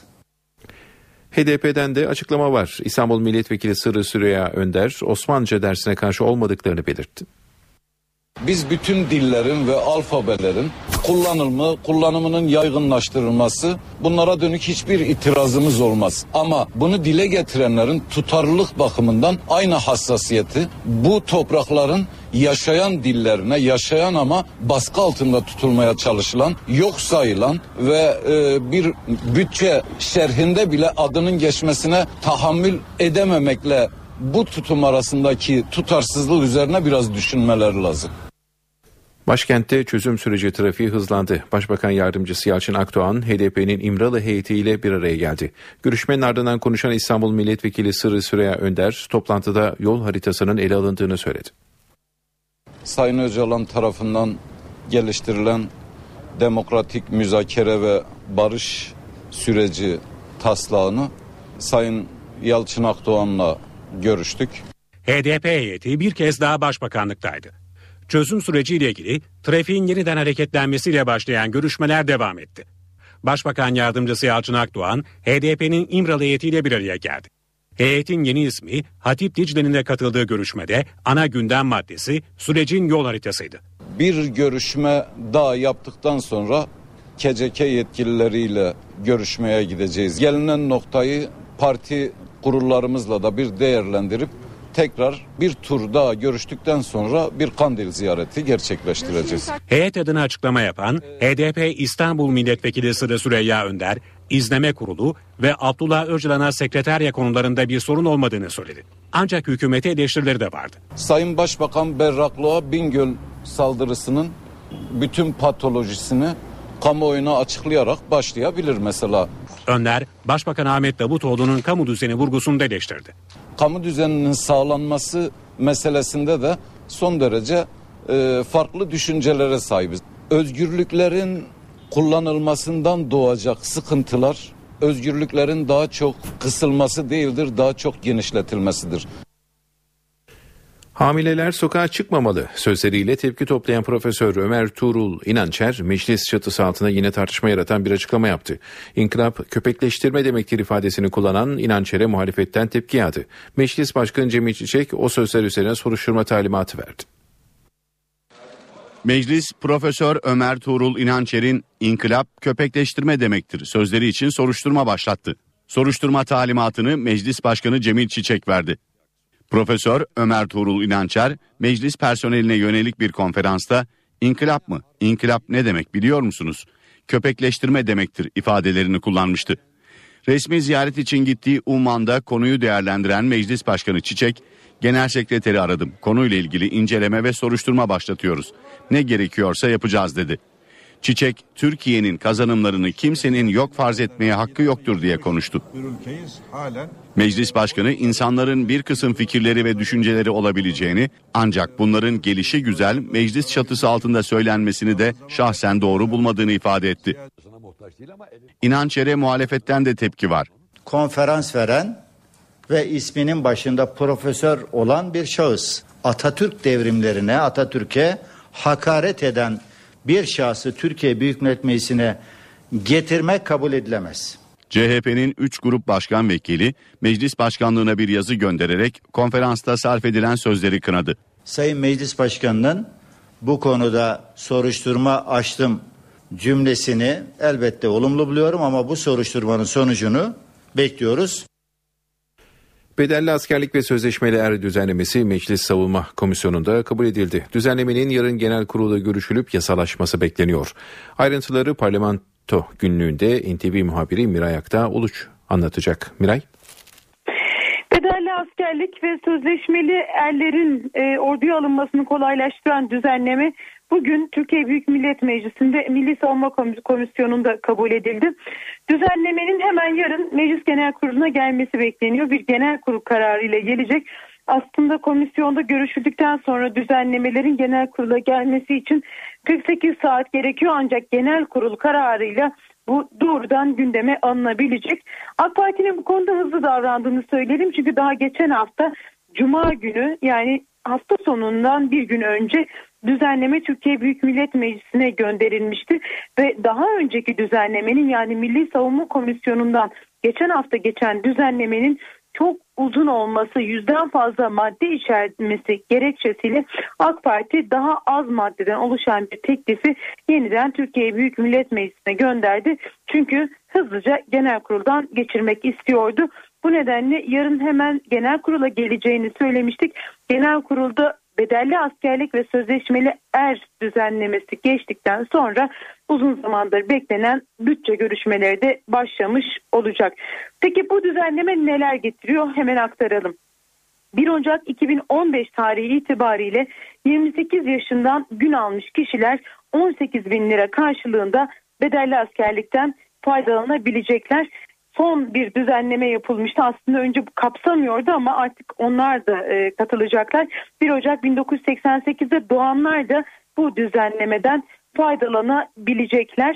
HDP'den de açıklama var. İstanbul Milletvekili Sırrı Süreyya Önder, Osmanlıca dersine karşı olmadıklarını belirtti. Biz bütün dillerin ve alfabelerin kullanımının yaygınlaştırılması, bunlara dönük hiçbir itirazımız olmaz. Ama bunu dile getirenlerin tutarlılık bakımından aynı hassasiyeti bu toprakların yaşayan dillerine, yaşayan ama baskı altında tutulmaya çalışılan, yok sayılan ve bir bütçe şerhinde bile adının geçmesine tahammül edememekle bu tutum arasındaki tutarsızlık üzerine biraz düşünmeleri lazım. Başkentte çözüm süreci trafiği hızlandı. Başbakan Yardımcısı Yalçın Akdoğan, HDP'nin İmralı heyetiyle bir araya geldi. Görüşmenin ardından konuşan İstanbul Milletvekili Sırrı Süreyya Önder, toplantıda yol haritasının ele alındığını söyledi. Sayın Öcalan tarafından geliştirilen demokratik müzakere ve barış süreci taslağını Sayın Yalçın Akdoğan'la görüştük. HDP heyeti bir kez daha başbakanlıktaydı. Çözüm süreciyle ilgili trafiğin yeniden hareketlenmesiyle başlayan görüşmeler devam etti. Başbakan Yardımcısı Yalçın Akdoğan, HDP'nin İmralı heyetiyle bir araya geldi. Heyetin yeni ismi Hatip Dicle'nin de katıldığı görüşmede ana gündem maddesi sürecin yol haritasıydı. Bir görüşme daha yaptıktan sonra KCK yetkilileriyle görüşmeye gideceğiz. Gelinen noktayı parti kurullarımızla da bir değerlendirip tekrar bir tur daha görüştükten sonra bir Kandil ziyareti gerçekleştireceğiz. Heyet adına açıklama yapan HDP İstanbul Milletvekili Sırrı Süreyya Önder, İzleme Kurulu ve Abdullah Öcalan'a sekreterya konularında bir sorun olmadığını söyledi. Ancak hükümete eleştirileri de vardı. Sayın Başbakan Berraklığa Bingöl saldırısının bütün patolojisini kamuoyuna açıklayarak başlayabilir mesela. Önder, Başbakan Ahmet Davutoğlu'nun kamu düzeni vurgusunu da eleştirdi. Kamu düzeninin sağlanması meselesinde de son derece farklı düşüncelere sahibiz. Özgürlüklerin kullanılmasından doğacak sıkıntılar, özgürlüklerin daha çok kısılması değildir, daha çok genişletilmesidir. Hamileler sokağa çıkmamalı sözleriyle tepki toplayan Profesör Ömer Tuğrul İnançer, meclis çatısı altında yine tartışma yaratan bir açıklama yaptı. İnkılap köpekleştirme demektir ifadesini kullanan İnançer'e muhalefetten tepki yağdı. Meclis Başkanı Cemil Çiçek o sözler üzerine soruşturma talimatı verdi. Meclis Profesör Ömer Tuğrul İnançer'in "İnkılap köpekleştirme demektir" sözleri için soruşturma başlattı. Soruşturma talimatını Meclis Başkanı Cemil Çiçek verdi. Profesör Ömer Tuğrul İnançer, meclis personeline yönelik bir konferansta "İnkılap mı? İnkılap ne demek biliyor musunuz? Köpekleştirme demektir" ifadelerini kullanmıştı. Resmi ziyaret için gittiği Umman'da konuyu değerlendiren Meclis Başkanı Çiçek, "Genel sekreteri aradım. Konuyla ilgili inceleme ve soruşturma başlatıyoruz. Ne gerekiyorsa yapacağız" dedi. Çiçek, Türkiye'nin kazanımlarını kimsenin yok farz etmeye hakkı yoktur diye konuştu. Meclis Başkanı insanların bir kısım fikirleri ve düşünceleri olabileceğini, ancak bunların gelişigüzel meclis çatısı altında söylenmesini de şahsen doğru bulmadığını ifade etti. İnançer'e muhalefetten de tepki var. Konferans veren ve isminin başında profesör olan bir şahıs, Atatürk devrimlerine, Atatürk'e hakaret eden bir şahsı Türkiye Büyük Millet Meclisi'ne getirmek kabul edilemez. CHP'nin 3 grup başkan vekili meclis başkanlığına bir yazı göndererek konferansta sarf edilen sözleri kınadı. Sayın Meclis Başkanı'nın bu konuda soruşturma açtım cümlesini elbette olumlu buluyorum ama bu soruşturmanın sonucunu bekliyoruz. Bedelli askerlik ve sözleşmeli er düzenlemesi Meclis Savunma Komisyonu'nda kabul edildi. Düzenlemenin yarın genel kurulda görüşülüp yasalaşması bekleniyor. Ayrıntıları Parlamento Günlüğü'nde NTV muhabiri Miray Aktağ Uluç anlatacak. Miray. Bedelli askerlik ve sözleşmeli erlerin orduya alınmasını kolaylaştıran düzenleme bugün Türkiye Büyük Millet Meclisi'nde Milli Savunma Komisyonu'nda kabul edildi. Düzenlemenin hemen yarın Meclis Genel Kurulu'na gelmesi bekleniyor. Bir genel kurul kararı ile gelecek. Aslında komisyonda görüşüldükten sonra düzenlemelerin genel kurula gelmesi için 48 saat gerekiyor ancak genel kurul kararıyla bu doğrudan gündeme alınabilecek. AK Parti'nin bu konuda hızlı davrandığını söyleyelim çünkü daha geçen hafta Cuma günü yani hafta sonundan bir gün önce düzenleme Türkiye Büyük Millet Meclisi'ne gönderilmişti ve daha önceki düzenlemenin yani Milli Savunma Komisyonu'ndan geçen hafta geçen düzenlemenin çok uzun olması, 100'den fazla madde içermesi gerekçesiyle AK Parti daha az maddeden oluşan bir teklifi yeniden Türkiye Büyük Millet Meclisi'ne gönderdi. Çünkü hızlıca genel kuruldan geçirmek istiyordu. Bu nedenle yarın hemen genel kurula geleceğini söylemiştik. Genel kurulda bedelli askerlik ve sözleşmeli er düzenlemesi geçtikten sonra uzun zamandır beklenen bütçe görüşmeleri de başlamış olacak. Peki bu düzenleme neler getiriyor? Hemen aktaralım. 1 Ocak 2015 tarihi itibariyle 28 yaşından gün almış kişiler 18 bin lira karşılığında bedelli askerlikten faydalanabilecekler. Son bir düzenleme yapılmıştı. Aslında önce bu kapsamıyordu ama artık onlar da katılacaklar. 1 Ocak 1988'de doğanlar da bu düzenlemeden faydalanabilecekler.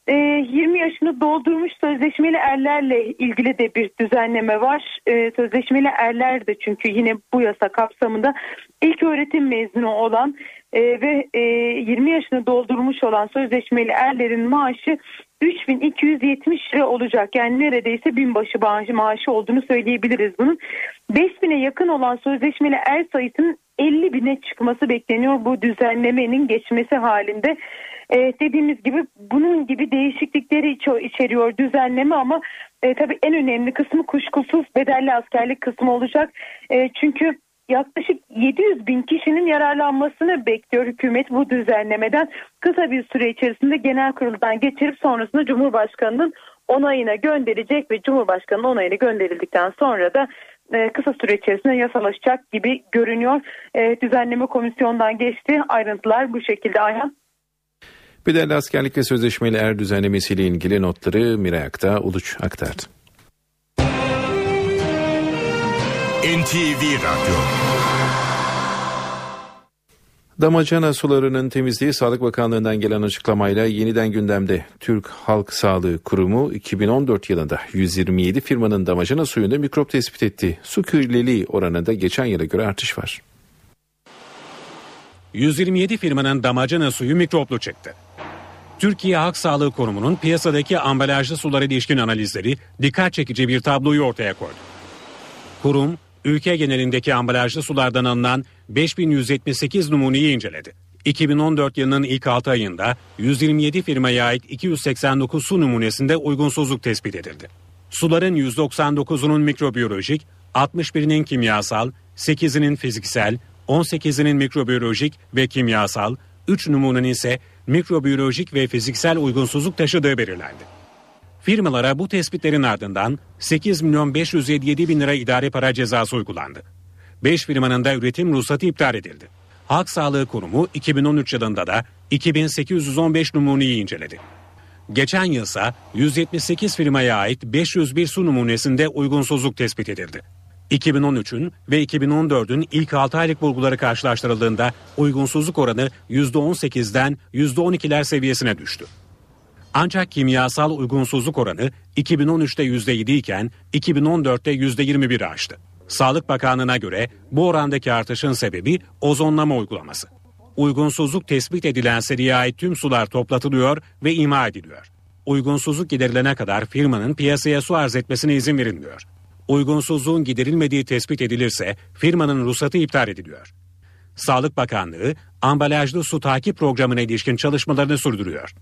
20 yaşını doldurmuş sözleşmeli erlerle ilgili de bir düzenleme var. Sözleşmeli erler de çünkü yine bu yasa kapsamında ilk öğretim mezunu olan ve 20 yaşını doldurmuş olan sözleşmeli erlerin maaşı 3.270 lira olacak. Yani neredeyse binbaşı maaşı olduğunu söyleyebiliriz bunun. 5.000'e yakın olan sözleşmeli er sayısının 50.000'e çıkması bekleniyor bu düzenlemenin geçmesi halinde. Dediğimiz gibi bunun gibi değişiklikleri içeriyor düzenleme ama tabii en önemli kısmı kuşkusuz bedelli askerlik kısmı olacak. Çünkü yaklaşık 700.000 kişinin yararlanmasını bekliyor hükümet bu düzenlemeden. Kısa bir süre içerisinde genel kuruldan geçirip sonrasında Cumhurbaşkanı'nın onayına gönderecek ve Cumhurbaşkanı'nın onayına gönderildikten sonra da kısa süre içerisinde yasalaşacak gibi görünüyor. Düzenleme komisyondan geçti. Ayrıntılar bu şekilde Ayhan. Bedelli askerlik ve sözleşmeli er düzenlemesiyle ilgili notları Miray Akta Uluç aktardı. NTV Radyo. Damacana sularının temizliği Sağlık Bakanlığı'ndan gelen açıklamayla yeniden gündemde. Türk Halk Sağlığı Kurumu 2014 yılında 127 firmanın damacana suyunda mikrop tespit etti. Su kirliliği oranında geçen yıla göre artış var. 127 firmanın damacana suyu mikroplu çıktı. Türkiye Halk Sağlığı Kurumu'nun piyasadaki ambalajlı sulara ilişkin analizleri dikkat çekici bir tabloyu ortaya koydu. Kurum, ülke genelindeki ambalajlı sulardan alınan 5178 numuneyi inceledi. 2014 yılının ilk 6 ayında 127 firmaya ait 289 su numunesinde uygunsuzluk tespit edildi. Suların 199'unun mikrobiyolojik, 61'inin kimyasal, 8'inin fiziksel, 18'inin mikrobiyolojik ve kimyasal, 3 numunenin ise mikrobiyolojik ve fiziksel uygunsuzluk taşıdığı belirlendi. Firmalara bu tespitlerin ardından 8.557.000 lira idari para cezası uygulandı. 5 firmanın da üretim ruhsatı iptal edildi. Halk Sağlığı Kurumu 2013 yılında da 2815 numuneyi inceledi. Geçen yılsa 178 firmaya ait 501 su numunesinde uygunsuzluk tespit edildi. 2013'ün ve 2014'ün ilk 6 aylık bulguları karşılaştırıldığında uygunsuzluk oranı %18'den %12'ler seviyesine düştü. Ancak kimyasal uygunsuzluk oranı 2013'te %7 iken 2014'te %21'i aştı. Sağlık Bakanlığı'na göre bu orandaki artışın sebebi ozonlama uygulaması. Uygunsuzluk tespit edilen seriye ait tüm sular toplatılıyor ve imha ediliyor. Uygunsuzluk giderilene kadar firmanın piyasaya su arz etmesine izin verilmiyor. Uygunsuzluğun giderilmediği tespit edilirse firmanın ruhsatı iptal ediliyor. Sağlık Bakanlığı ambalajlı su takip programına ilişkin çalışmalarını sürdürüyor.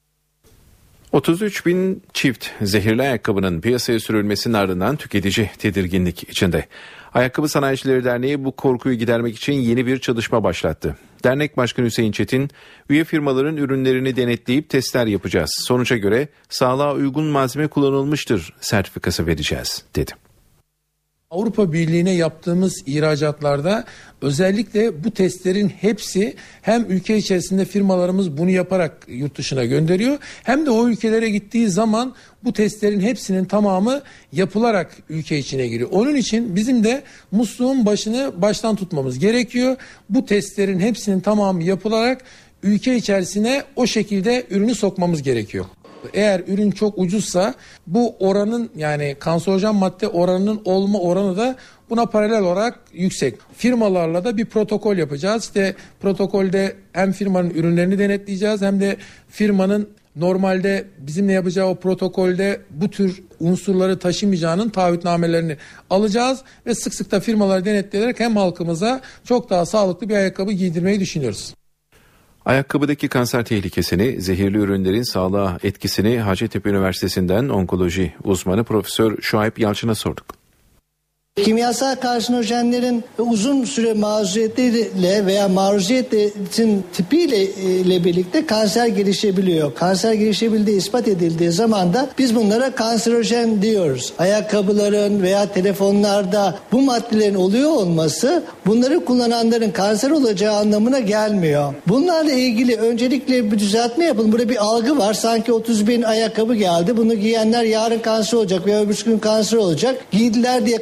33 bin çift zehirli ayakkabının piyasaya sürülmesinin ardından tüketici tedirginlik içinde. Ayakkabı Sanayicileri Derneği bu korkuyu gidermek için yeni bir çalışma başlattı. Dernek Başkanı Hüseyin Çetin, üye firmaların ürünlerini denetleyip testler yapacağız. Sonuca göre sağlığa uygun malzeme kullanılmıştır sertifikası vereceğiz dedi. Avrupa Birliği'ne yaptığımız ihracatlarda özellikle bu testlerin hepsi hem ülke içerisinde firmalarımız bunu yaparak yurt dışına gönderiyor hem de o ülkelere gittiği zaman bu testlerin hepsinin tamamı yapılarak ülke içine giriyor. Onun için bizim de musluğun başını baştan tutmamız gerekiyor. Bu testlerin hepsinin tamamı yapılarak ülke içerisine o şekilde ürünü sokmamız gerekiyor. Eğer ürün çok ucuzsa bu oranın yani kanserojen madde oranının olma oranı da buna paralel olarak yüksek. Firmalarla da bir protokol yapacağız. İşte protokolde hem firmanın ürünlerini denetleyeceğiz hem de firmanın normalde bizimle yapacağı o protokolde bu tür unsurları taşımayacağının taahhütnamelerini alacağız ve sık sık da firmaları denetleyerek hem halkımıza çok daha sağlıklı bir ayakkabı giydirmeyi düşünüyoruz. Ayakkabıdaki kanser tehlikesini, zehirli ürünlerin sağlığa etkisini Hacettepe Üniversitesi'nden onkoloji uzmanı Profesör Şuayb Yalçın'a sorduk. Kimyasal karsinojenlerin uzun süre maruziyetiyle veya maruziyetin tipiyle birlikte kanser gelişebiliyor. Kanser gelişebildiği ispat edildiği zaman da biz bunlara kanserojen diyoruz. Ayakkabıların veya telefonlarda bu maddelerin oluyor olması bunları kullananların kanser olacağı anlamına gelmiyor. Bunlarla ilgili öncelikle bir düzeltme yapalım. Burada bir algı var. Sanki 30.000 ayakkabı geldi. Bunu giyenler yarın kanser olacak veya öbür gün kanser olacak. Giydiler diye kanser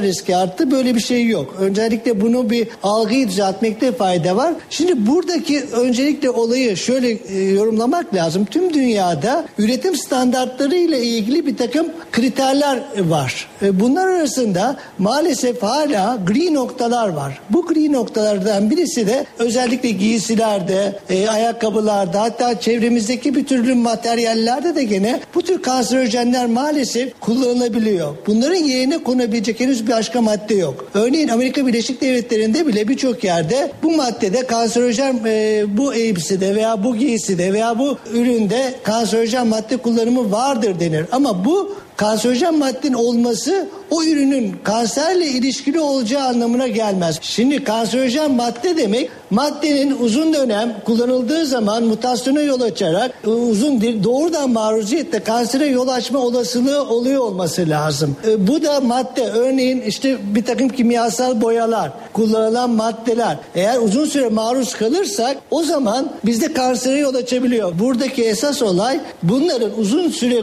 riski arttı. Böyle bir şey yok. Öncelikle bunu bir algıyı düzeltmekte fayda var. Şimdi buradaki öncelikle olayı şöyle yorumlamak lazım. Tüm dünyada üretim standartları ile ilgili bir takım kriterler var. Bunlar arasında maalesef hala gri noktalar var. Bu gri noktalardan birisi de özellikle giysilerde, ayakkabılarda, hatta çevremizdeki bir türlü materyallerde de gene bu tür kanserojenler maalesef kullanılabiliyor. Bunların yerine konabilecek henüz bir başka madde yok. Örneğin Amerika Birleşik Devletleri'nde bile birçok yerde bu maddede kanserojen, bu elbisede veya bu giyside veya bu üründe kanserojen madde kullanımı vardır denir. Ama bu kanserojen maddenin olması o ürünün kanserle ilişkili olacağı anlamına gelmez. Şimdi kanserojen madde demek, maddenin uzun dönem kullanıldığı zaman mutasyona yol açarak doğrudan maruziyetle kansere yol açma olasılığı oluyor olması lazım. Bu da madde, örneğin işte bir takım kimyasal boyalar, kullanılan maddeler, eğer uzun süre maruz kalırsak o zaman bizde kansere yol açabiliyor. Buradaki esas olay bunların uzun süre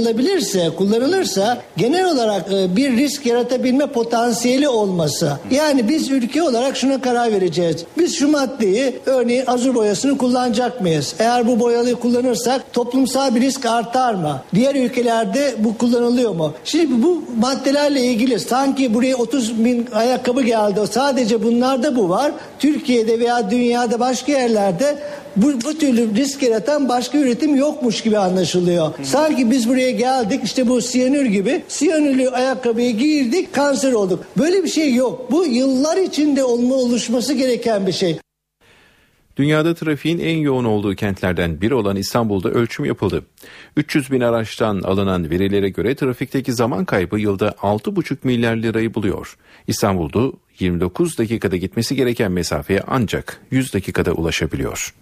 kullanılırsa genel olarak bir risk yaratabilme potansiyeli olması. Yani biz ülke olarak şuna karar vereceğiz. Biz şu maddeyi, örneğin azur boyasını kullanacak mıyız? Eğer bu boyayı kullanırsak toplumsal bir risk artar mı? Diğer ülkelerde bu kullanılıyor mu? Şimdi bu maddelerle ilgili sanki buraya 30 bin ayakkabı geldi. Sadece bunlarda bu var. Türkiye'de veya dünyada başka yerlerde bu türlü risk yaratan başka üretim yokmuş gibi anlaşılıyor. Sanki biz buraya geldik, işte bu siyanür gibi, siyanürlü ayakkabıyı giydik, kanser olduk. Böyle bir şey yok. Bu yıllar içinde oluşması gereken bir şey. Dünyada trafiğin en yoğun olduğu kentlerden biri olan İstanbul'da ölçüm yapıldı. 300 bin araçtan alınan verilere göre trafikteki zaman kaybı yılda 6,5 milyar lirayı buluyor. İstanbul'da 29 dakikada gitmesi gereken mesafeye ancak 100 dakikada ulaşabiliyor.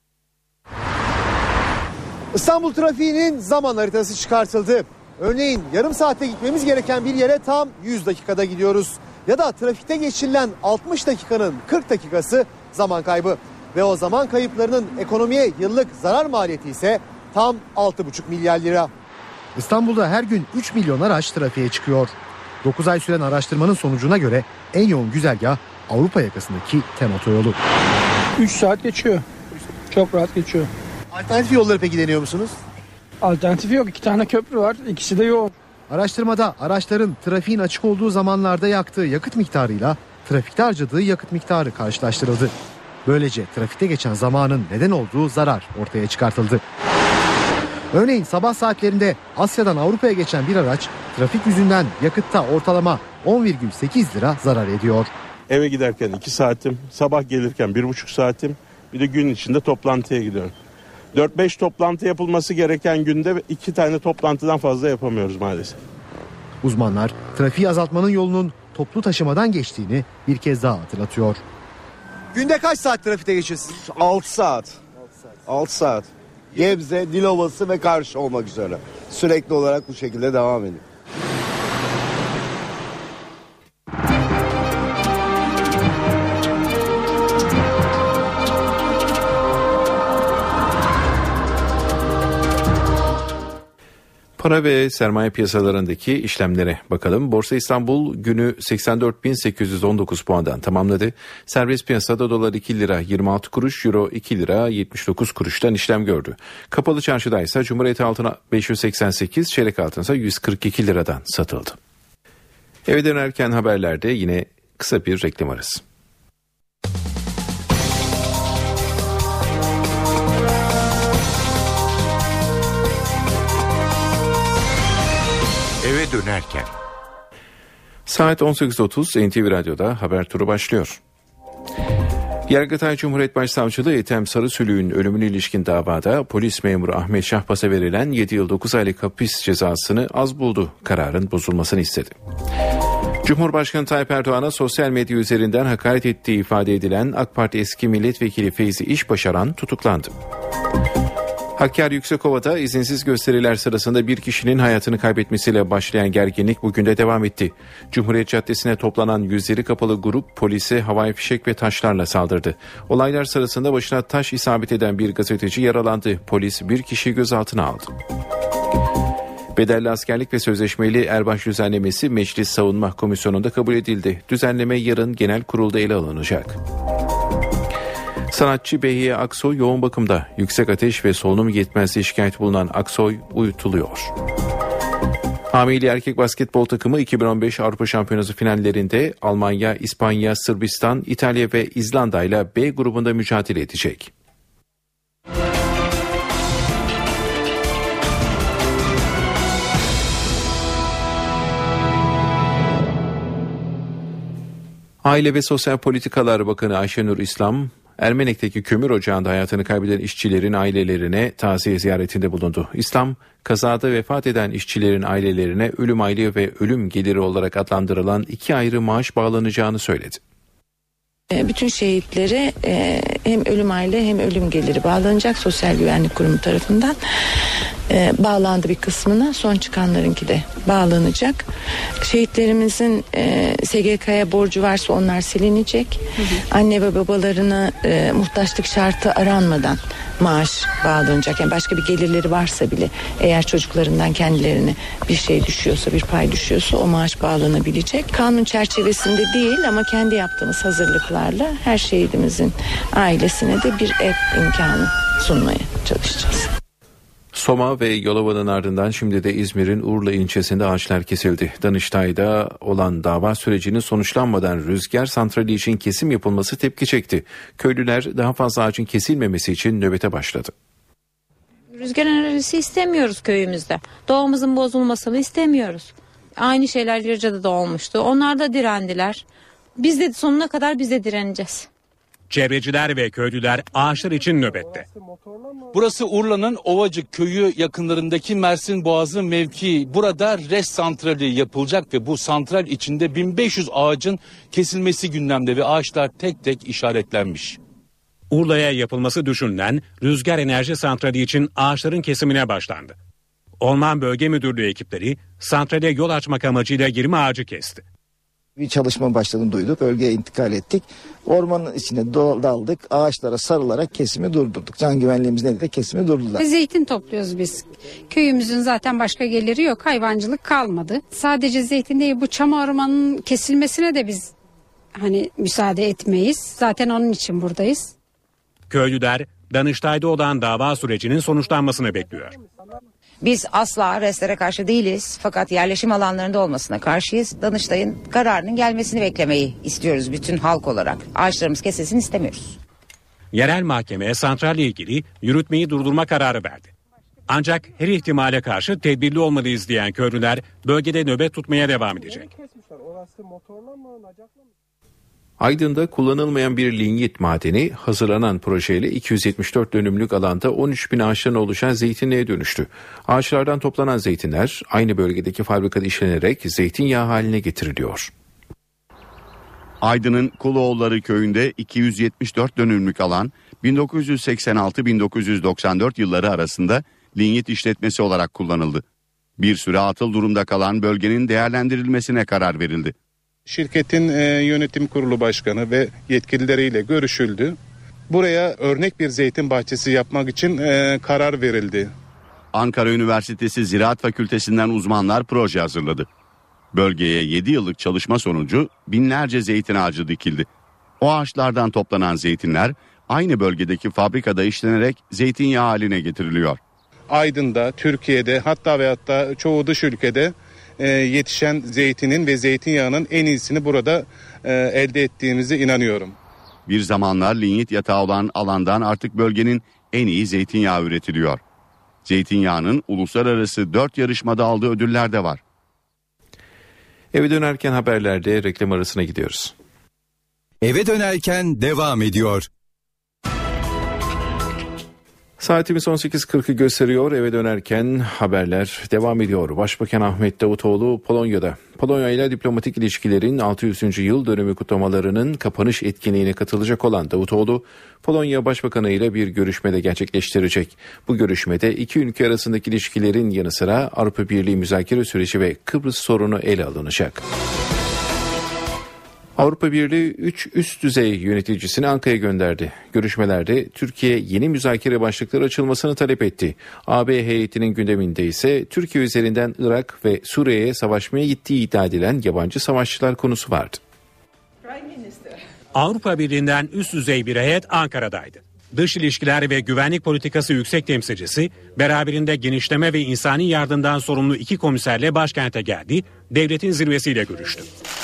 İstanbul trafiğinin zaman haritası çıkartıldı. Örneğin yarım saatte gitmemiz gereken bir yere tam 100 dakikada gidiyoruz. Ya da trafikte geçirilen 60 dakikanın 40 dakikası zaman kaybı. Ve o zaman kayıplarının ekonomiye yıllık zarar maliyeti ise tam 6,5 milyar lira. İstanbul'da her gün 3 milyon araç trafiğe çıkıyor. 9 ay süren araştırmanın sonucuna göre en yoğun güzergah Avrupa yakasındaki TEM otoyolu. 3 saat geçiyor. Çok rahat geçiyor. Alternatif yolları peki deniyor musunuz? Alternatifi yok. 2 tane köprü var. İkisi de yoğun. Araştırmada araçların trafiğin açık olduğu zamanlarda yaktığı yakıt miktarıyla trafikte harcadığı yakıt miktarı karşılaştırıldı. Böylece trafikte geçen zamanın neden olduğu zarar ortaya çıkartıldı. Örneğin sabah saatlerinde Asya'dan Avrupa'ya geçen bir araç trafik yüzünden yakıtta ortalama 10,8 lira zarar ediyor. Eve giderken 2 saatim, sabah gelirken 1,5 saatim, bir de gün içinde toplantıya gidiyorum. 4-5 toplantı yapılması gereken günde 2 tane toplantıdan fazla yapamıyoruz maalesef. Uzmanlar trafiği azaltmanın yolunun toplu taşımadan geçtiğini bir kez daha hatırlatıyor. Günde kaç saat trafikte geçiyorsunuz? 6 saat. 6 saat. Gebze, Dilovası ve Karşı olmak üzere. Sürekli olarak bu şekilde devam ediyor. Para ve sermaye piyasalarındaki işlemlere bakalım. Borsa İstanbul günü 84.819 puandan tamamladı. Serbest piyasada dolar 2 lira 26 kuruş, euro 2 lira 79 kuruştan işlem gördü. Kapalı çarşıda ise Cumhuriyet altına 588, çeyrek altın ise 142 liradan satıldı. Eve dönerken haberlerde yine kısa bir reklam arası. Eve dönerken. Saat 18.30 NTV Radyo'da haber turu başlıyor. Yargıtay Cumhuriyet Başsavcılığı Ethem Sarısülük'ün ölümüne ilişkin davada polis memuru Ahmet Şahbaz'a verilen 7 yıl 9 aylık hapis cezasını az buldu. Kararın bozulmasını istedi. Cumhurbaşkanı Tayyip Erdoğan'a sosyal medya üzerinden hakaret ettiği ifade edilen AK Parti eski milletvekili Feyzi İşbaşaran tutuklandı. Hakkari Yüksekova'da izinsiz gösteriler sırasında bir kişinin hayatını kaybetmesiyle başlayan gerginlik bugün de devam etti. Cumhuriyet Caddesi'ne toplanan yüzleri kapalı grup polise havai fişek ve taşlarla saldırdı. Olaylar sırasında başına taş isabet eden bir gazeteci yaralandı. Polis bir kişiyi gözaltına aldı. Bedelli askerlik ve sözleşmeli erbaş düzenlemesi Meclis Savunma Komisyonu'nda kabul edildi. Düzenleme yarın genel kurulda ele alınacak. Sanatçı Behiye Aksoy yoğun bakımda. Yüksek ateş ve solunum yetmezliği şikayeti bulunan Aksoy uyutuluyor. Hamili erkek basketbol takımı 2015 Avrupa Şampiyonası finallerinde Almanya, İspanya, Sırbistan, İtalya ve İzlanda ile B grubunda mücadele edecek. Aile ve Sosyal Politikalar Bakanı Ayşenur İslam, Ermenek'teki kömür ocağında hayatını kaybeden işçilerin ailelerine taziye ziyaretinde bulundu. İslam, kazada vefat eden işçilerin ailelerine ölüm aylığı ve ölüm geliri olarak adlandırılan 2 ayrı maaş bağlanacağını söyledi. Bütün şehitlere hem ölüm aylığı hem ölüm geliri bağlanacak Sosyal Güvenlik Kurumu tarafından. Bağlandı bir kısmına, son çıkanlarınki de bağlanacak. Şehitlerimizin SGK'ya borcu varsa onlar silinecek. Anne ve babalarına muhtaçlık şartı aranmadan maaş bağlanacak. Yani başka bir gelirleri varsa bile, eğer çocuklarından kendilerine bir şey düşüyorsa, bir pay düşüyorsa o maaş bağlanabilecek. Kanun çerçevesinde değil ama kendi yaptığımız hazırlıklarla her şehidimizin ailesine de bir ev imkanı sunmaya çalışacağız. Soma ve Yalova'nın ardından şimdi de İzmir'in Urla ilçesinde ağaçlar kesildi. Danıştay'da olan dava sürecinin sonuçlanmadan rüzgar santrali için kesim yapılması tepki çekti. Köylüler daha fazla ağacın kesilmemesi için nöbete başladı. Rüzgar enerjisi istemiyoruz köyümüzde. Doğamızın bozulmasını istemiyoruz. Aynı şeyler Yarıca'da da olmuştu. Onlar da direndiler. Biz de sonuna kadar biz de direneceğiz. Çevreciler ve köylüler ağaçlar için nöbette. Burası Urla'nın Ovacık köyü yakınlarındaki Mersin Boğazı mevkii. Burada RES santrali yapılacak ve bu santral içinde 1500 ağacın kesilmesi gündemde ve ağaçlar tek tek işaretlenmiş. Urla'ya yapılması düşünülen rüzgar enerji santrali için ağaçların kesimine başlandı. Orman Bölge Müdürlüğü ekipleri santrale yol açmak amacıyla 20 ağacı kesti. Bir çalışma başladığını duyduk. Bölgeye intikal ettik. Ormanın içine daldık. Ağaçlara sarılarak kesimi durdurduk. Can güvenliğimiz nedeniyle kesimi durdurdular. Zeytin topluyoruz biz. Köyümüzün zaten başka geliri yok. Hayvancılık kalmadı. Sadece zeytin değil, bu çam ormanının kesilmesine de biz müsaade etmeyiz. Zaten onun için buradayız. Köylüler Danıştay'da olan dava sürecinin sonuçlanmasını bekliyor. Biz asla RES'lere karşı değiliz, fakat yerleşim alanlarında olmasına karşıyız. Danıştay'ın kararının gelmesini beklemeyi istiyoruz bütün halk olarak. Ağaçlarımız kesilsin istemiyoruz. Yerel mahkeme santralle ilgili yürütmeyi durdurma kararı verdi. Ancak her ihtimale karşı tedbirli olmalıyız diyen köylüler bölgede nöbet tutmaya devam edecek. Aydın'da kullanılmayan bir linyit madeni hazırlanan projeyle 274 dönümlük alanda 13 bin ağaçtan oluşan zeytinliğe dönüştü. Ağaçlardan toplanan zeytinler aynı bölgedeki fabrikada işlenerek zeytinyağı haline getiriliyor. Aydın'ın Kuluoğulları köyünde 274 dönümlük alan 1986-1994 yılları arasında linyit işletmesi olarak kullanıldı. Bir süre atıl durumda kalan bölgenin değerlendirilmesine karar verildi. Şirketin yönetim kurulu başkanı ve yetkilileriyle görüşüldü. Buraya örnek bir zeytin bahçesi yapmak için karar verildi. Ankara Üniversitesi Ziraat Fakültesinden uzmanlar proje hazırladı. Bölgeye 7 yıllık çalışma sonucu binlerce zeytin ağacı dikildi. O ağaçlardan toplanan zeytinler aynı bölgedeki fabrikada işlenerek zeytinyağı haline getiriliyor. Aydın'da, Türkiye'de hatta çoğu dış ülkede yetişen zeytinin ve zeytinyağının en iyisini burada elde ettiğimize inanıyorum. Bir zamanlar linyit yatağı olan alandan artık bölgenin en iyi zeytinyağı üretiliyor. Zeytinyağının uluslararası 4 yarışmada aldığı ödüller de var. Eve dönerken haberlerde reklam arasına gidiyoruz. Eve dönerken devam ediyor. Saatimiz 18.40'ı gösteriyor. Eve dönerken haberler devam ediyor. Başbakan Ahmet Davutoğlu Polonya'da. Polonya ile diplomatik ilişkilerin 600. yıl dönümü kutlamalarının kapanış etkinliğine katılacak olan Davutoğlu, Polonya Başbakanı ile bir görüşmede gerçekleştirecek. Bu görüşmede iki ülke arasındaki ilişkilerin yanı sıra Avrupa Birliği müzakere süreci ve Kıbrıs sorunu ele alınacak. Avrupa Birliği 3 üst düzey yöneticisini Ankara'ya gönderdi. Görüşmelerde Türkiye yeni müzakere başlıkları açılmasını talep etti. AB heyetinin gündeminde ise Türkiye üzerinden Irak ve Suriye'ye savaşmaya gittiği iddia edilen yabancı savaşçılar konusu vardı. Avrupa Birliği'nden üst düzey bir heyet Ankara'daydı. Dış ilişkiler ve güvenlik politikası yüksek temsilcisi beraberinde genişleme ve insani yardımdan sorumlu 2 komiserle başkente geldi, devletin zirvesiyle görüştü.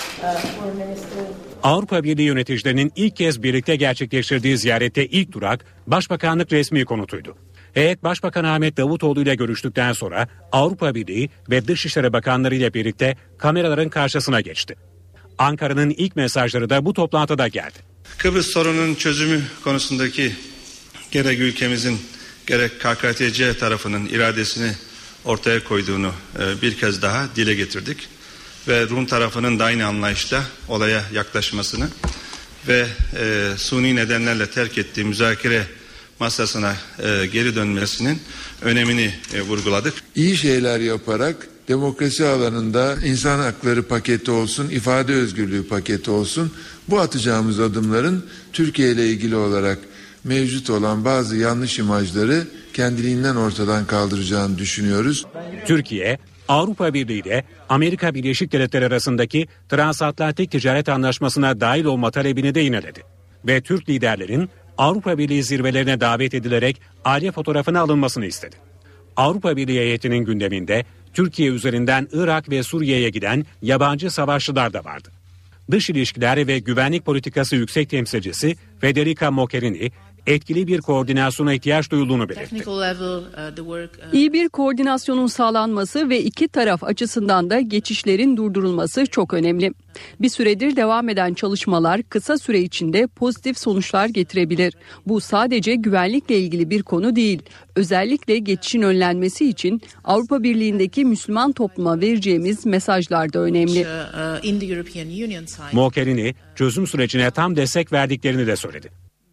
Avrupa Birliği yöneticilerinin ilk kez birlikte gerçekleştirdiği ziyarette ilk durak Başbakanlık resmi konutuydu. Heyet Başbakan Ahmet Davutoğlu ile görüştükten sonra Avrupa Birliği ve Dışişleri Bakanları ile birlikte kameraların karşısına geçti. Ankara'nın ilk mesajları da bu toplantıda geldi. Kıbrıs sorununun çözümü konusundaki gerek ülkemizin gerek KKTC tarafının iradesini ortaya koyduğunu bir kez daha dile getirdik. Ve Rum tarafının da aynı anlayışla olaya yaklaşmasını ve suni nedenlerle terk ettiği müzakere masasına geri dönmesinin önemini vurguladık. İyi şeyler yaparak demokrasi alanında insan hakları paketi olsun, ifade özgürlüğü paketi olsun, bu atacağımız adımların Türkiye ile ilgili olarak mevcut olan bazı yanlış imajları kendiliğinden ortadan kaldıracağını düşünüyoruz. Türkiye, Avrupa Birliği ile Amerika Birleşik Devletleri arasındaki transatlantik ticaret anlaşmasına dahil olma talebini de yineledi. Ve Türk liderlerin Avrupa Birliği zirvelerine davet edilerek aile fotoğrafına alınmasını istedi. Avrupa Birliği heyetinin gündeminde Türkiye üzerinden Irak ve Suriye'ye giden yabancı savaşçılar da vardı. Dış ilişkiler ve güvenlik politikası yüksek temsilcisi Federica Mogherini, etkili bir koordinasyona ihtiyaç duyulduğunu belirtti. İyi bir koordinasyonun sağlanması ve iki taraf açısından da geçişlerin durdurulması çok önemli. Bir süredir devam eden çalışmalar kısa süre içinde pozitif sonuçlar getirebilir. Bu sadece güvenlikle ilgili bir konu değil. Özellikle geçişin önlenmesi için Avrupa Birliği'ndeki Müslüman topluma vereceğimiz mesajlar da önemli. Mogherini çözüm sürecine tam destek verdiklerini de söyledi.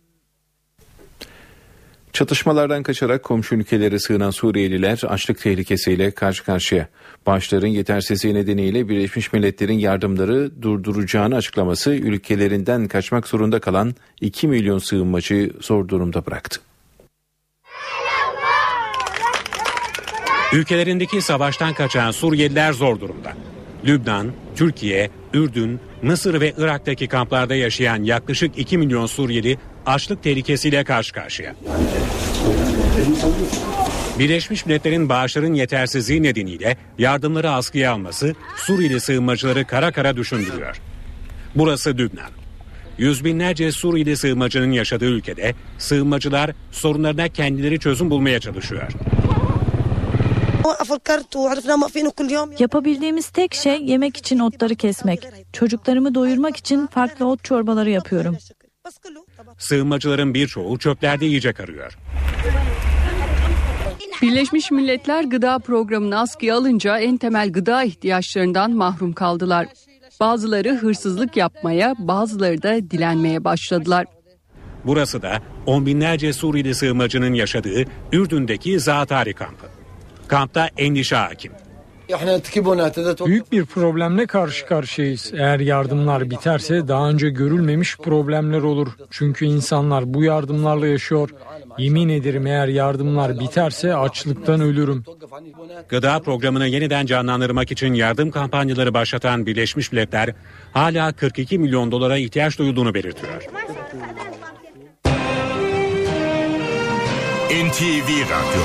Çatışmalardan kaçarak komşu ülkelere sığınan Suriyeliler açlık tehlikesiyle karşı karşıya. Bağışların yetersizliği nedeniyle Birleşmiş Milletler'in yardımları durduracağını açıklaması ülkelerinden kaçmak zorunda kalan 2 milyon sığınmacıyı zor durumda bıraktı. Ülkelerindeki savaştan kaçan Suriyeliler zor durumda. Lübnan, Türkiye, Ürdün, Mısır ve Irak'taki kamplarda yaşayan yaklaşık 2 milyon Suriyeli açlık tehlikesiyle karşı karşıya. Birleşmiş Milletler'in bağışların yetersizliği nedeniyle yardımları askıya alması Suriyeli sığınmacıları kara kara düşündürüyor. Burası Lübnan. Yüz binlerce Suriyeli sığınmacının yaşadığı ülkede sığınmacılar sorunlarına kendileri çözüm bulmaya çalışıyor. Yapabildiğimiz tek şey yemek için otları kesmek. Çocuklarımı doyurmak için farklı ot çorbaları yapıyorum. Sığınmacıların birçoğu çöplerde yiyecek arıyor. Birleşmiş Milletler Gıda Programı'nı askıya alınca en temel gıda ihtiyaçlarından mahrum kaldılar. Bazıları hırsızlık yapmaya, bazıları da dilenmeye başladılar. Burası da on binlerce Suriyeli sığınmacının yaşadığı Ürdün'deki Zaatari kampı. Kampta endişe hakim. Büyük bir problemle karşı karşıyayız. Eğer yardımlar biterse daha önce görülmemiş problemler olur. Çünkü insanlar bu yardımlarla yaşıyor. Yemin ederim eğer yardımlar biterse açlıktan ölürüm. Gıda programını yeniden canlandırmak için yardım kampanyaları başlatan Birleşmiş Milletler hala 42 milyon dolara ihtiyaç duyulduğunu belirtiyor. NTV Radyo.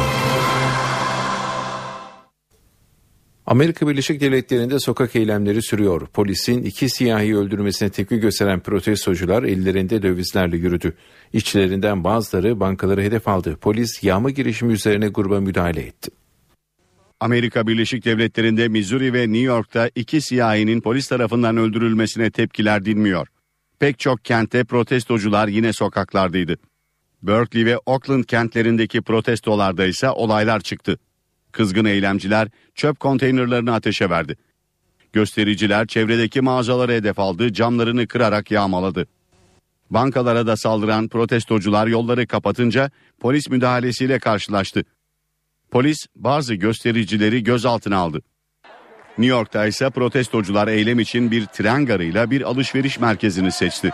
Amerika Birleşik Devletleri'nde sokak eylemleri sürüyor. Polisin 2 siyahiyi öldürmesine tepki gösteren protestocular ellerinde dövizlerle yürüdü. İşçilerinden bazıları bankaları hedef aldı. Polis yağma girişimi üzerine gruba müdahale etti. Amerika Birleşik Devletleri'nde Missouri ve New York'ta 2 siyahinin polis tarafından öldürülmesine tepkiler dinmiyor. Pek çok kentte protestocular yine sokaklardaydı. Berkeley ve Oakland kentlerindeki protestolarda ise olaylar çıktı. Kızgın eylemciler çöp konteynerlerini ateşe verdi. Göstericiler çevredeki mağazalara hedef aldı, camlarını kırarak yağmaladı. Bankalara da saldıran protestocular yolları kapatınca polis müdahalesiyle karşılaştı. Polis bazı göstericileri gözaltına aldı. New York'ta ise protestocular eylem için bir tren garıyla bir alışveriş merkezini seçti.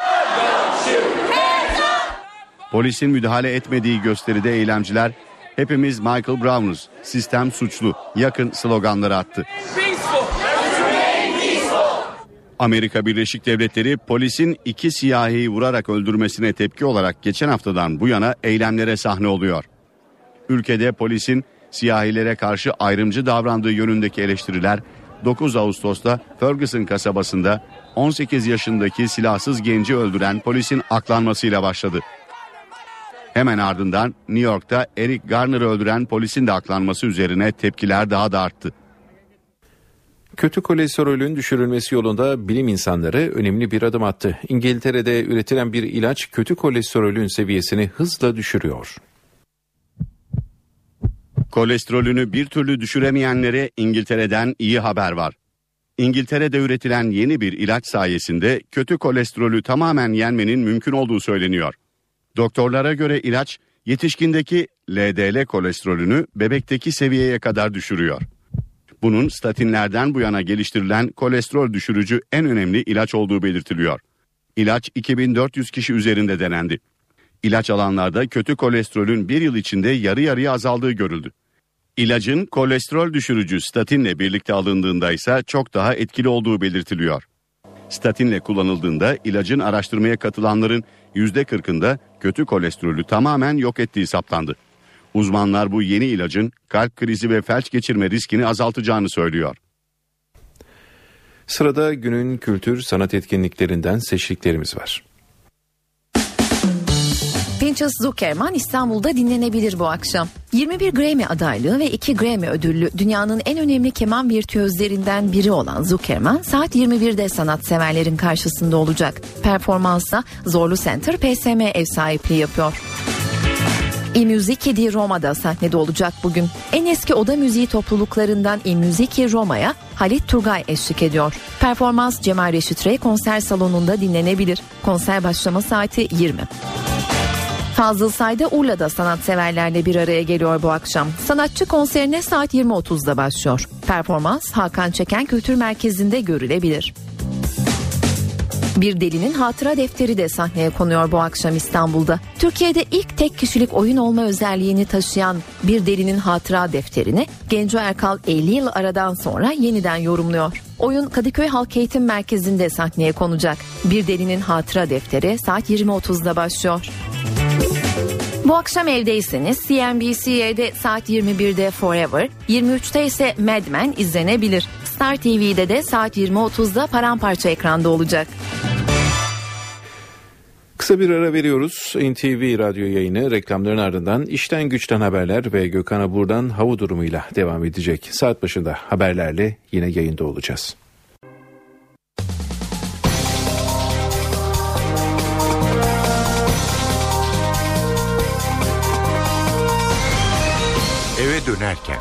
Polisin müdahale etmediği gösteride eylemciler "Hepimiz Michael Brown'uz, sistem suçlu, yakın" sloganları attı. Amerika Birleşik Devletleri polisin 2 siyahiyi vurarak öldürmesine tepki olarak geçen haftadan bu yana eylemlere sahne oluyor. Ülkede polisin siyahilere karşı ayrımcı davrandığı yönündeki eleştiriler 9 Ağustos'ta Ferguson kasabasında 18 yaşındaki silahsız genci öldüren polisin aklanmasıyla başladı. Hemen ardından New York'ta Eric Garner'ı öldüren polisin de aklanması üzerine tepkiler daha da arttı. Kötü kolesterolün düşürülmesi yolunda bilim insanları önemli bir adım attı. İngiltere'de üretilen bir ilaç kötü kolesterolün seviyesini hızla düşürüyor. Kolesterolünü bir türlü düşüremeyenlere İngiltere'den iyi haber var. İngiltere'de üretilen yeni bir ilaç sayesinde kötü kolesterolü tamamen yenmenin mümkün olduğu söyleniyor. Doktorlara göre ilaç yetişkindeki LDL kolesterolünü bebekteki seviyeye kadar düşürüyor. Bunun statinlerden bu yana geliştirilen kolesterol düşürücü en önemli ilaç olduğu belirtiliyor. İlaç 2400 kişi üzerinde denendi. İlaç alanlarda kötü kolesterolün bir yıl içinde yarı yarıya azaldığı görüldü. İlacın kolesterol düşürücü statinle birlikte alındığında ise çok daha etkili olduğu belirtiliyor. Statinle kullanıldığında ilacın araştırmaya katılanların %40'ında kötü kolesterolü tamamen yok ettiği saptandı. Uzmanlar bu yeni ilacın kalp krizi ve felç geçirme riskini azaltacağını söylüyor. Sırada günün kültür sanat etkinliklerinden seçtiklerimiz var. Pinchas Zukerman İstanbul'da dinlenebilir bu akşam. 21 Grammy adaylığı ve 2 Grammy ödüllü dünyanın en önemli keman virtüözlerinden biri olan Zukerman saat 21'de sanatseverlerin karşısında olacak. Performansa Zorlu Center PSM ev sahipliği yapıyor. İMusiki Roma'da sahnede olacak bugün. En eski oda müziği topluluklarından İMusiki Roma'ya Halit Turgay eşlik ediyor. Performans Cemal Reşit Rey konser salonunda dinlenebilir. Konser başlama saati 20. Fazıl Say da Urla'da sanatseverlerle bir araya geliyor bu akşam. Sanatçı konserine saat 20.30'da başlıyor. Performans Hakan Çeken Kültür Merkezi'nde görülebilir. Bir Delinin Hatıra Defteri de sahneye konuyor bu akşam İstanbul'da. Türkiye'de ilk tek kişilik oyun olma özelliğini taşıyan Bir Delinin Hatıra Defteri'ni Genco Erkal 50 yıl aradan sonra yeniden yorumluyor. Oyun Kadıköy Halk Eğitim Merkezi'nde sahneye konacak. Bir Delinin Hatıra Defteri saat 20.30'da başlıyor. Bu akşam evdeyseniz CNBC'de saat 21'de Forever, 23'te ise Mad Men izlenebilir. Star TV'de de saat 20.30'da Paramparça ekranda olacak. Kısa bir ara veriyoruz. NTV Radyo yayını reklamların ardından işten güçten haberler ve Gökhan Abur'dan hava durumuyla devam edecek. Saat başında haberlerle yine yayında olacağız. Eve dönerken.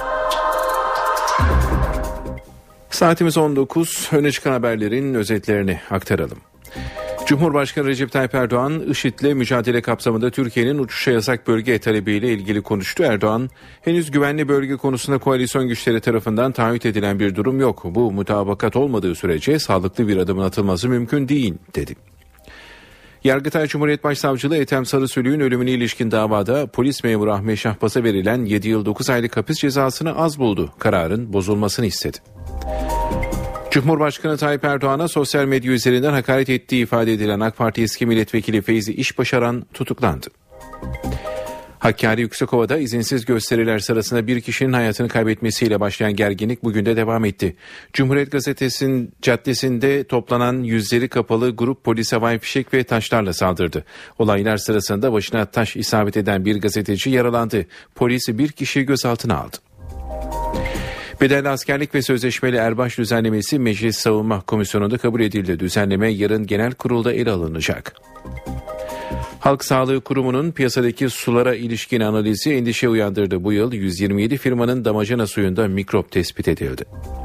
Saatimiz 19. Öne çıkan haberlerin özetlerini aktaralım. Cumhurbaşkanı Recep Tayyip Erdoğan, IŞİD'le mücadele kapsamında Türkiye'nin uçuşa yasak bölge talebiyle ilgili konuştu. Erdoğan, henüz güvenli bölge konusunda koalisyon güçleri tarafından taahhüt edilen bir durum yok. Bu mutabakat olmadığı sürece sağlıklı bir adımın atılması mümkün değil, dedi. Yargıtay Cumhuriyet Başsavcılığı Ethem Sarısülük'ün ölümüne ilişkin davada polis memuru Ahmet Şahbaz'a verilen 7 yıl 9 aylık hapis cezasını az buldu. Kararın bozulmasını istedi. Cumhurbaşkanı Tayyip Erdoğan'a sosyal medya üzerinden hakaret ettiği ifade edilen AK Parti eski milletvekili Feyzi İşbaşaran tutuklandı. Hakkari Yüksekova'da izinsiz gösteriler sırasında bir kişinin hayatını kaybetmesiyle başlayan gerginlik bugün de devam etti. Cumhuriyet Gazetesi'nin caddesinde toplanan yüzleri kapalı grup polise havai fişek ve taşlarla saldırdı. Olaylar sırasında başına taş isabet eden bir gazeteci yaralandı. Polis bir kişiyi gözaltına aldı. Bedelli askerlik ve sözleşmeli erbaş düzenlemesi Meclis Savunma Komisyonu'nda kabul edildi. Düzenleme yarın genel kurulda ele alınacak. Halk Sağlığı Kurumu'nun piyasadaki sulara ilişkin analizi endişe uyandırdı. Bu yıl 127 firmanın damacana suyunda mikrop tespit edildi.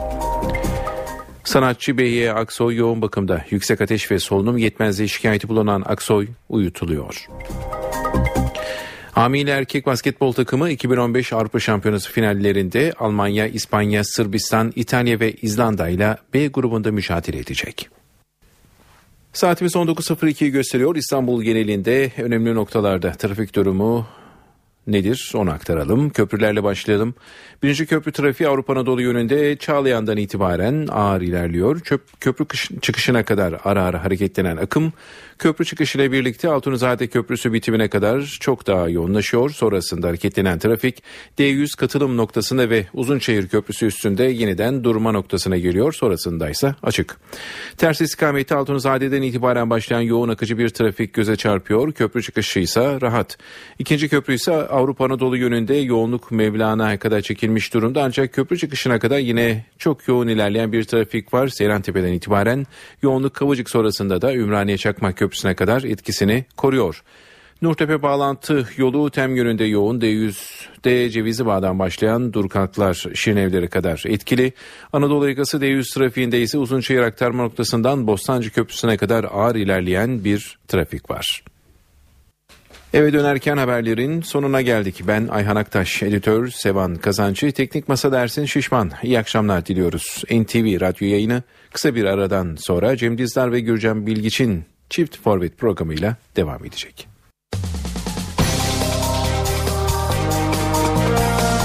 Sanatçı Behiye Aksoy yoğun bakımda. Yüksek ateş ve solunum yetmezliği şikayeti bulunan Aksoy uyutuluyor. Hamile erkek basketbol takımı 2015 Avrupa Şampiyonası finallerinde Almanya, İspanya, Sırbistan, İtalya ve İzlanda ile B grubunda mücadele edecek. Saatimiz 19.02'yi gösteriyor. İstanbul genelinde önemli noktalarda trafik durumu nedir onu aktaralım. Köprülerle başlayalım. Birinci köprü trafiği Avrupa Anadolu yönünde Çağlayan'dan itibaren ağır ilerliyor. Köprü çıkışına kadar ara ara hareketlenen akım köprü çıkışıyla birlikte Altunizade Köprüsü bitimine kadar çok daha yoğunlaşıyor. Sonrasında hareketlenen trafik D100 katılım noktasında ve Uzunçayır Köprüsü üstünde yeniden durma noktasına geliyor. Sonrasında ise açık. Ters istikamette Altunizade'den itibaren başlayan yoğun akıcı bir trafik göze çarpıyor. Köprü çıkışı ise rahat. İkinci köprü ise Avrupa Anadolu yönünde yoğunluk Mevlana'ya kadar çekilmiş durumda. Ancak köprü çıkışına kadar yine çok yoğun ilerleyen bir trafik var. Seyrantepe'den itibaren yoğunluk Kavacık sonrasında da Ümraniye Çakmak Köprüsü'ne kadar etkisini koruyor. Nurtepe bağlantı yolu Tem yönünde yoğun. D100'de Cevizli Bağ'dan başlayan durkaklar Şirinevlere kadar etkili. Anadolu yakası D100 trafiğinde ise Uzunçayır aktarma noktasından Bostancı Köprüsü'ne kadar ağır ilerleyen bir trafik var. Eve dönerken haberlerin sonuna geldik. Ben Ayhan Aktaş, editör Sevan Kazancı, teknik masada Ersin Şişman. İyi akşamlar diliyoruz. NTV Radyo yayını kısa bir aradan sonra Cem Dizdar ve Gürcan Bilgiç'in Çift Forvet programıyla devam edecek.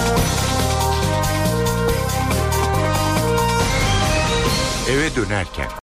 Eve dönerken